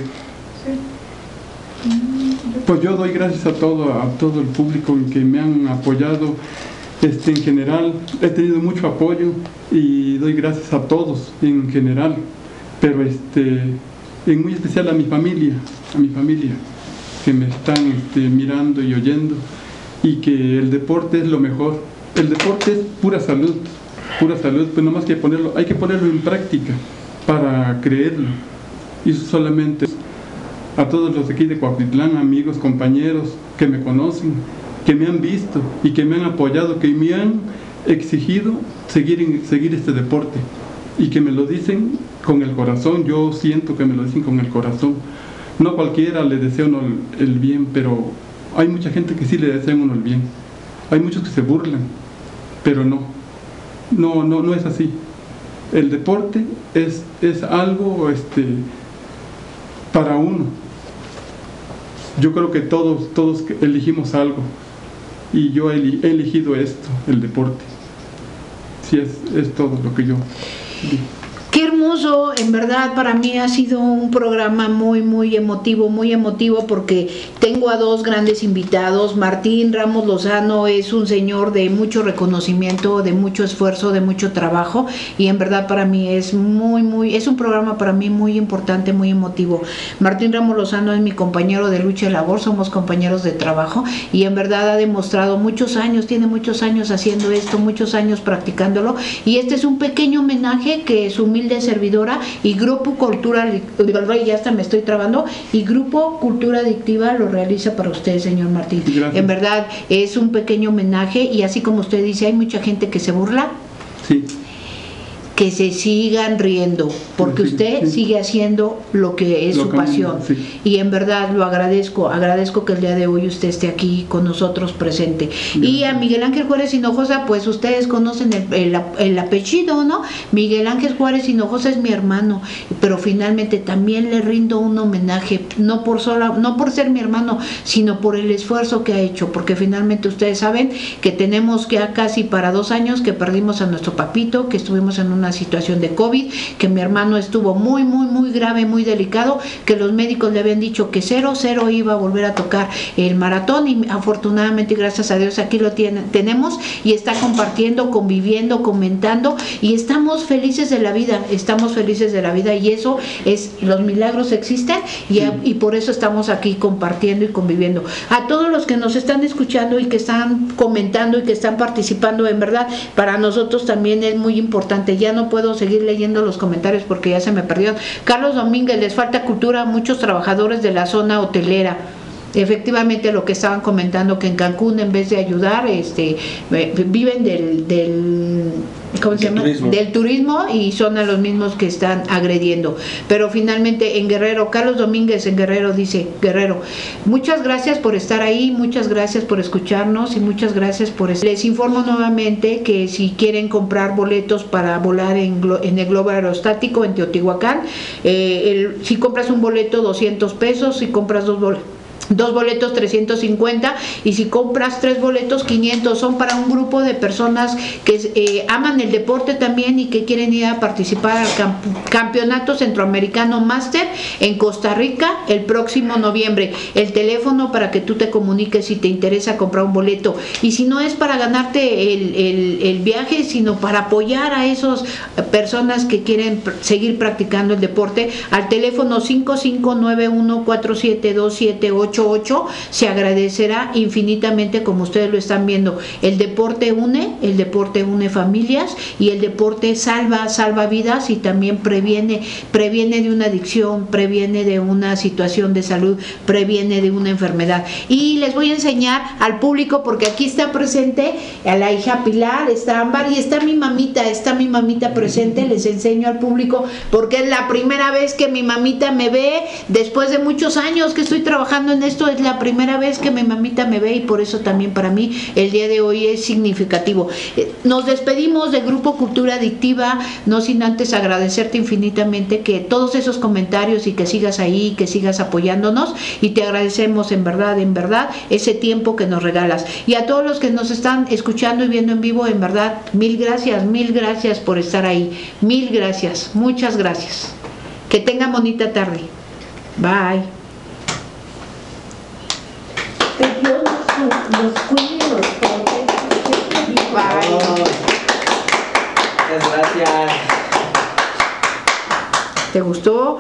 pues yo doy gracias a todo, a todo el público que me han apoyado. Este, en general, he tenido mucho apoyo y doy gracias a todos en general, pero este, en muy especial a mi familia, a mi familia, que me están este, mirando y oyendo, y que el deporte es lo mejor. El deporte es pura salud, pura salud, pues nomás que ponerlo, hay que ponerlo en práctica para creerlo. Y eso solamente a todos los de aquí de Cuautitlán, amigos, compañeros que me conocen, que me han visto y que me han apoyado, que me han exigido seguir, en, seguir este deporte, y que me lo dicen con el corazón. Yo siento que me lo dicen con el corazón. No cualquiera le desea uno el, el bien, pero hay mucha gente que sí le desea uno el bien. Hay muchos que se burlan, pero no, no, no, no es así. El deporte es, es algo este, para uno. Yo creo que todos, todos elegimos algo, y yo he elegido esto, el deporte. Sí, es, es todo lo que yo digo. Qué hermoso, en verdad para mí ha sido un programa muy muy emotivo, muy emotivo, porque tengo a dos grandes invitados. Martín Ramos Lozano es un señor de mucho reconocimiento, de mucho esfuerzo, de mucho trabajo, y en verdad para mí es muy muy, es un programa para mí muy importante, muy emotivo. Martín Ramos Lozano es mi compañero de lucha y labor, somos compañeros de trabajo, y en verdad ha demostrado muchos años, tiene muchos años haciendo esto, muchos años practicándolo, y este es un pequeño homenaje que su humilde servidora y Grupo Cultura, ya hasta me estoy trabando, y Grupo Cultura Adictiva lo realiza para usted, señor Martín. Gracias. En verdad es un pequeño homenaje, y así como usted dice, hay mucha gente que se burla. Sí. Que se sigan riendo, porque Sí, usted sí. sigue haciendo lo que es Lo su que- pasión, sí. y en verdad lo agradezco, agradezco que el día de hoy usted esté aquí con nosotros presente. Y a Miguel Ángel Juárez Hinojosa, pues ustedes conocen el, el, el apellido, ¿no? Miguel Ángel Juárez Hinojosa es mi hermano, pero finalmente también le rindo un homenaje, no por sola, no por ser mi hermano, sino por el esfuerzo que ha hecho, porque finalmente ustedes saben que tenemos ya casi para dos años que perdimos a nuestro papito, que estuvimos en una situación de COVID, que mi hermano estuvo muy, muy, muy grave, muy delicado, que los médicos le habían dicho que cero, cero iba a volver a tocar el maratón, y afortunadamente, gracias a Dios, aquí lo tiene, tenemos, y está compartiendo, conviviendo, comentando, y estamos felices de la vida, estamos felices de la vida, y eso es, los milagros existen, y, a, y por eso estamos aquí compartiendo y conviviendo. A todos los que nos están escuchando y que están comentando y que están participando, en verdad, para nosotros también es muy importante. Ya no puedo seguir leyendo los comentarios porque ya se me perdió. Carlos Domínguez, les falta cultura a muchos trabajadores de la zona hotelera. Efectivamente, lo que estaban comentando, que en Cancún, en vez de ayudar, este viven del, del ¿cómo se llama? Turismo. Del turismo, y son a los mismos que están agrediendo. Pero finalmente en Guerrero, Carlos Domínguez en Guerrero dice, Guerrero, muchas gracias por estar ahí, muchas gracias por escucharnos, y muchas gracias por... Les informo nuevamente que si quieren comprar boletos para volar en, en el globo aerostático en Teotihuacán, eh, el, si compras un boleto doscientos pesos, si compras dos boletos Dos boletos trescientos cincuenta y si compras tres boletos quinientos. Son para un grupo de personas que eh, aman el deporte también y que quieren ir a participar al camp campeonato centroamericano máster en Costa Rica el próximo noviembre. El teléfono para que tú te comuniques si te interesa comprar un boleto, y si no es para ganarte el, el, el viaje, sino para apoyar a esas personas que quieren pr seguir practicando el deporte, al teléfono cinco cinco nueve uno cuatro siete dos siete ocho ocho. Se agradecerá infinitamente. Como ustedes lo están viendo, el deporte une, el deporte une familias, y el deporte salva, salva vidas, y también previene, previene de una adicción, previene de una situación de salud, previene de una enfermedad. Y les voy a enseñar al público, porque aquí está presente a la hija Pilar, está Ámbar y está mi mamita, está mi mamita presente. Les enseño al público porque es la primera vez que mi mamita me ve, después de muchos años que estoy trabajando en esto, es la primera vez que mi mamita me ve, y por eso también para mí el día de hoy es significativo. Nos despedimos del Grupo Cultura Adictiva, no sin antes agradecerte infinitamente que todos esos comentarios, y que sigas ahí, que sigas apoyándonos, y te agradecemos en verdad, en verdad, ese tiempo que nos regalas. Y a todos los que nos están escuchando y viendo en vivo, en verdad, mil gracias, mil gracias por estar ahí, mil gracias, muchas gracias. Que tengan bonita tarde. Bye. Que Dios los, los cuide, los protege. Bye. Muchas gracias. ¿Te gustó?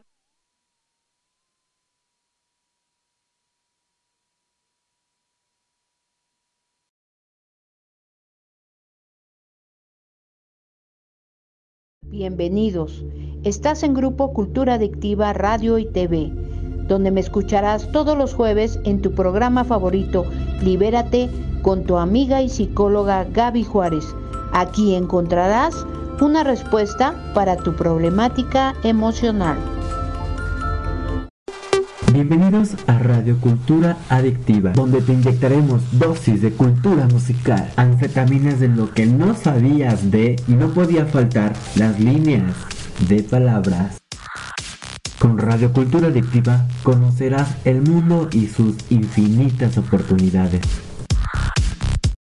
Bienvenidos. Estás en Grupo Cultura Adictiva Radio y T V, donde me escucharás todos los jueves en tu programa favorito, Libérate, con tu amiga y psicóloga Gaby Juárez. Aquí encontrarás una respuesta para tu problemática emocional. Bienvenidos a Radio Cultura Adictiva, donde te inyectaremos dosis de cultura musical, anfetaminas de lo que no sabías de, y no podía faltar, las líneas de palabras. Con Radio Cultura Adictiva conocerás el mundo y sus infinitas oportunidades.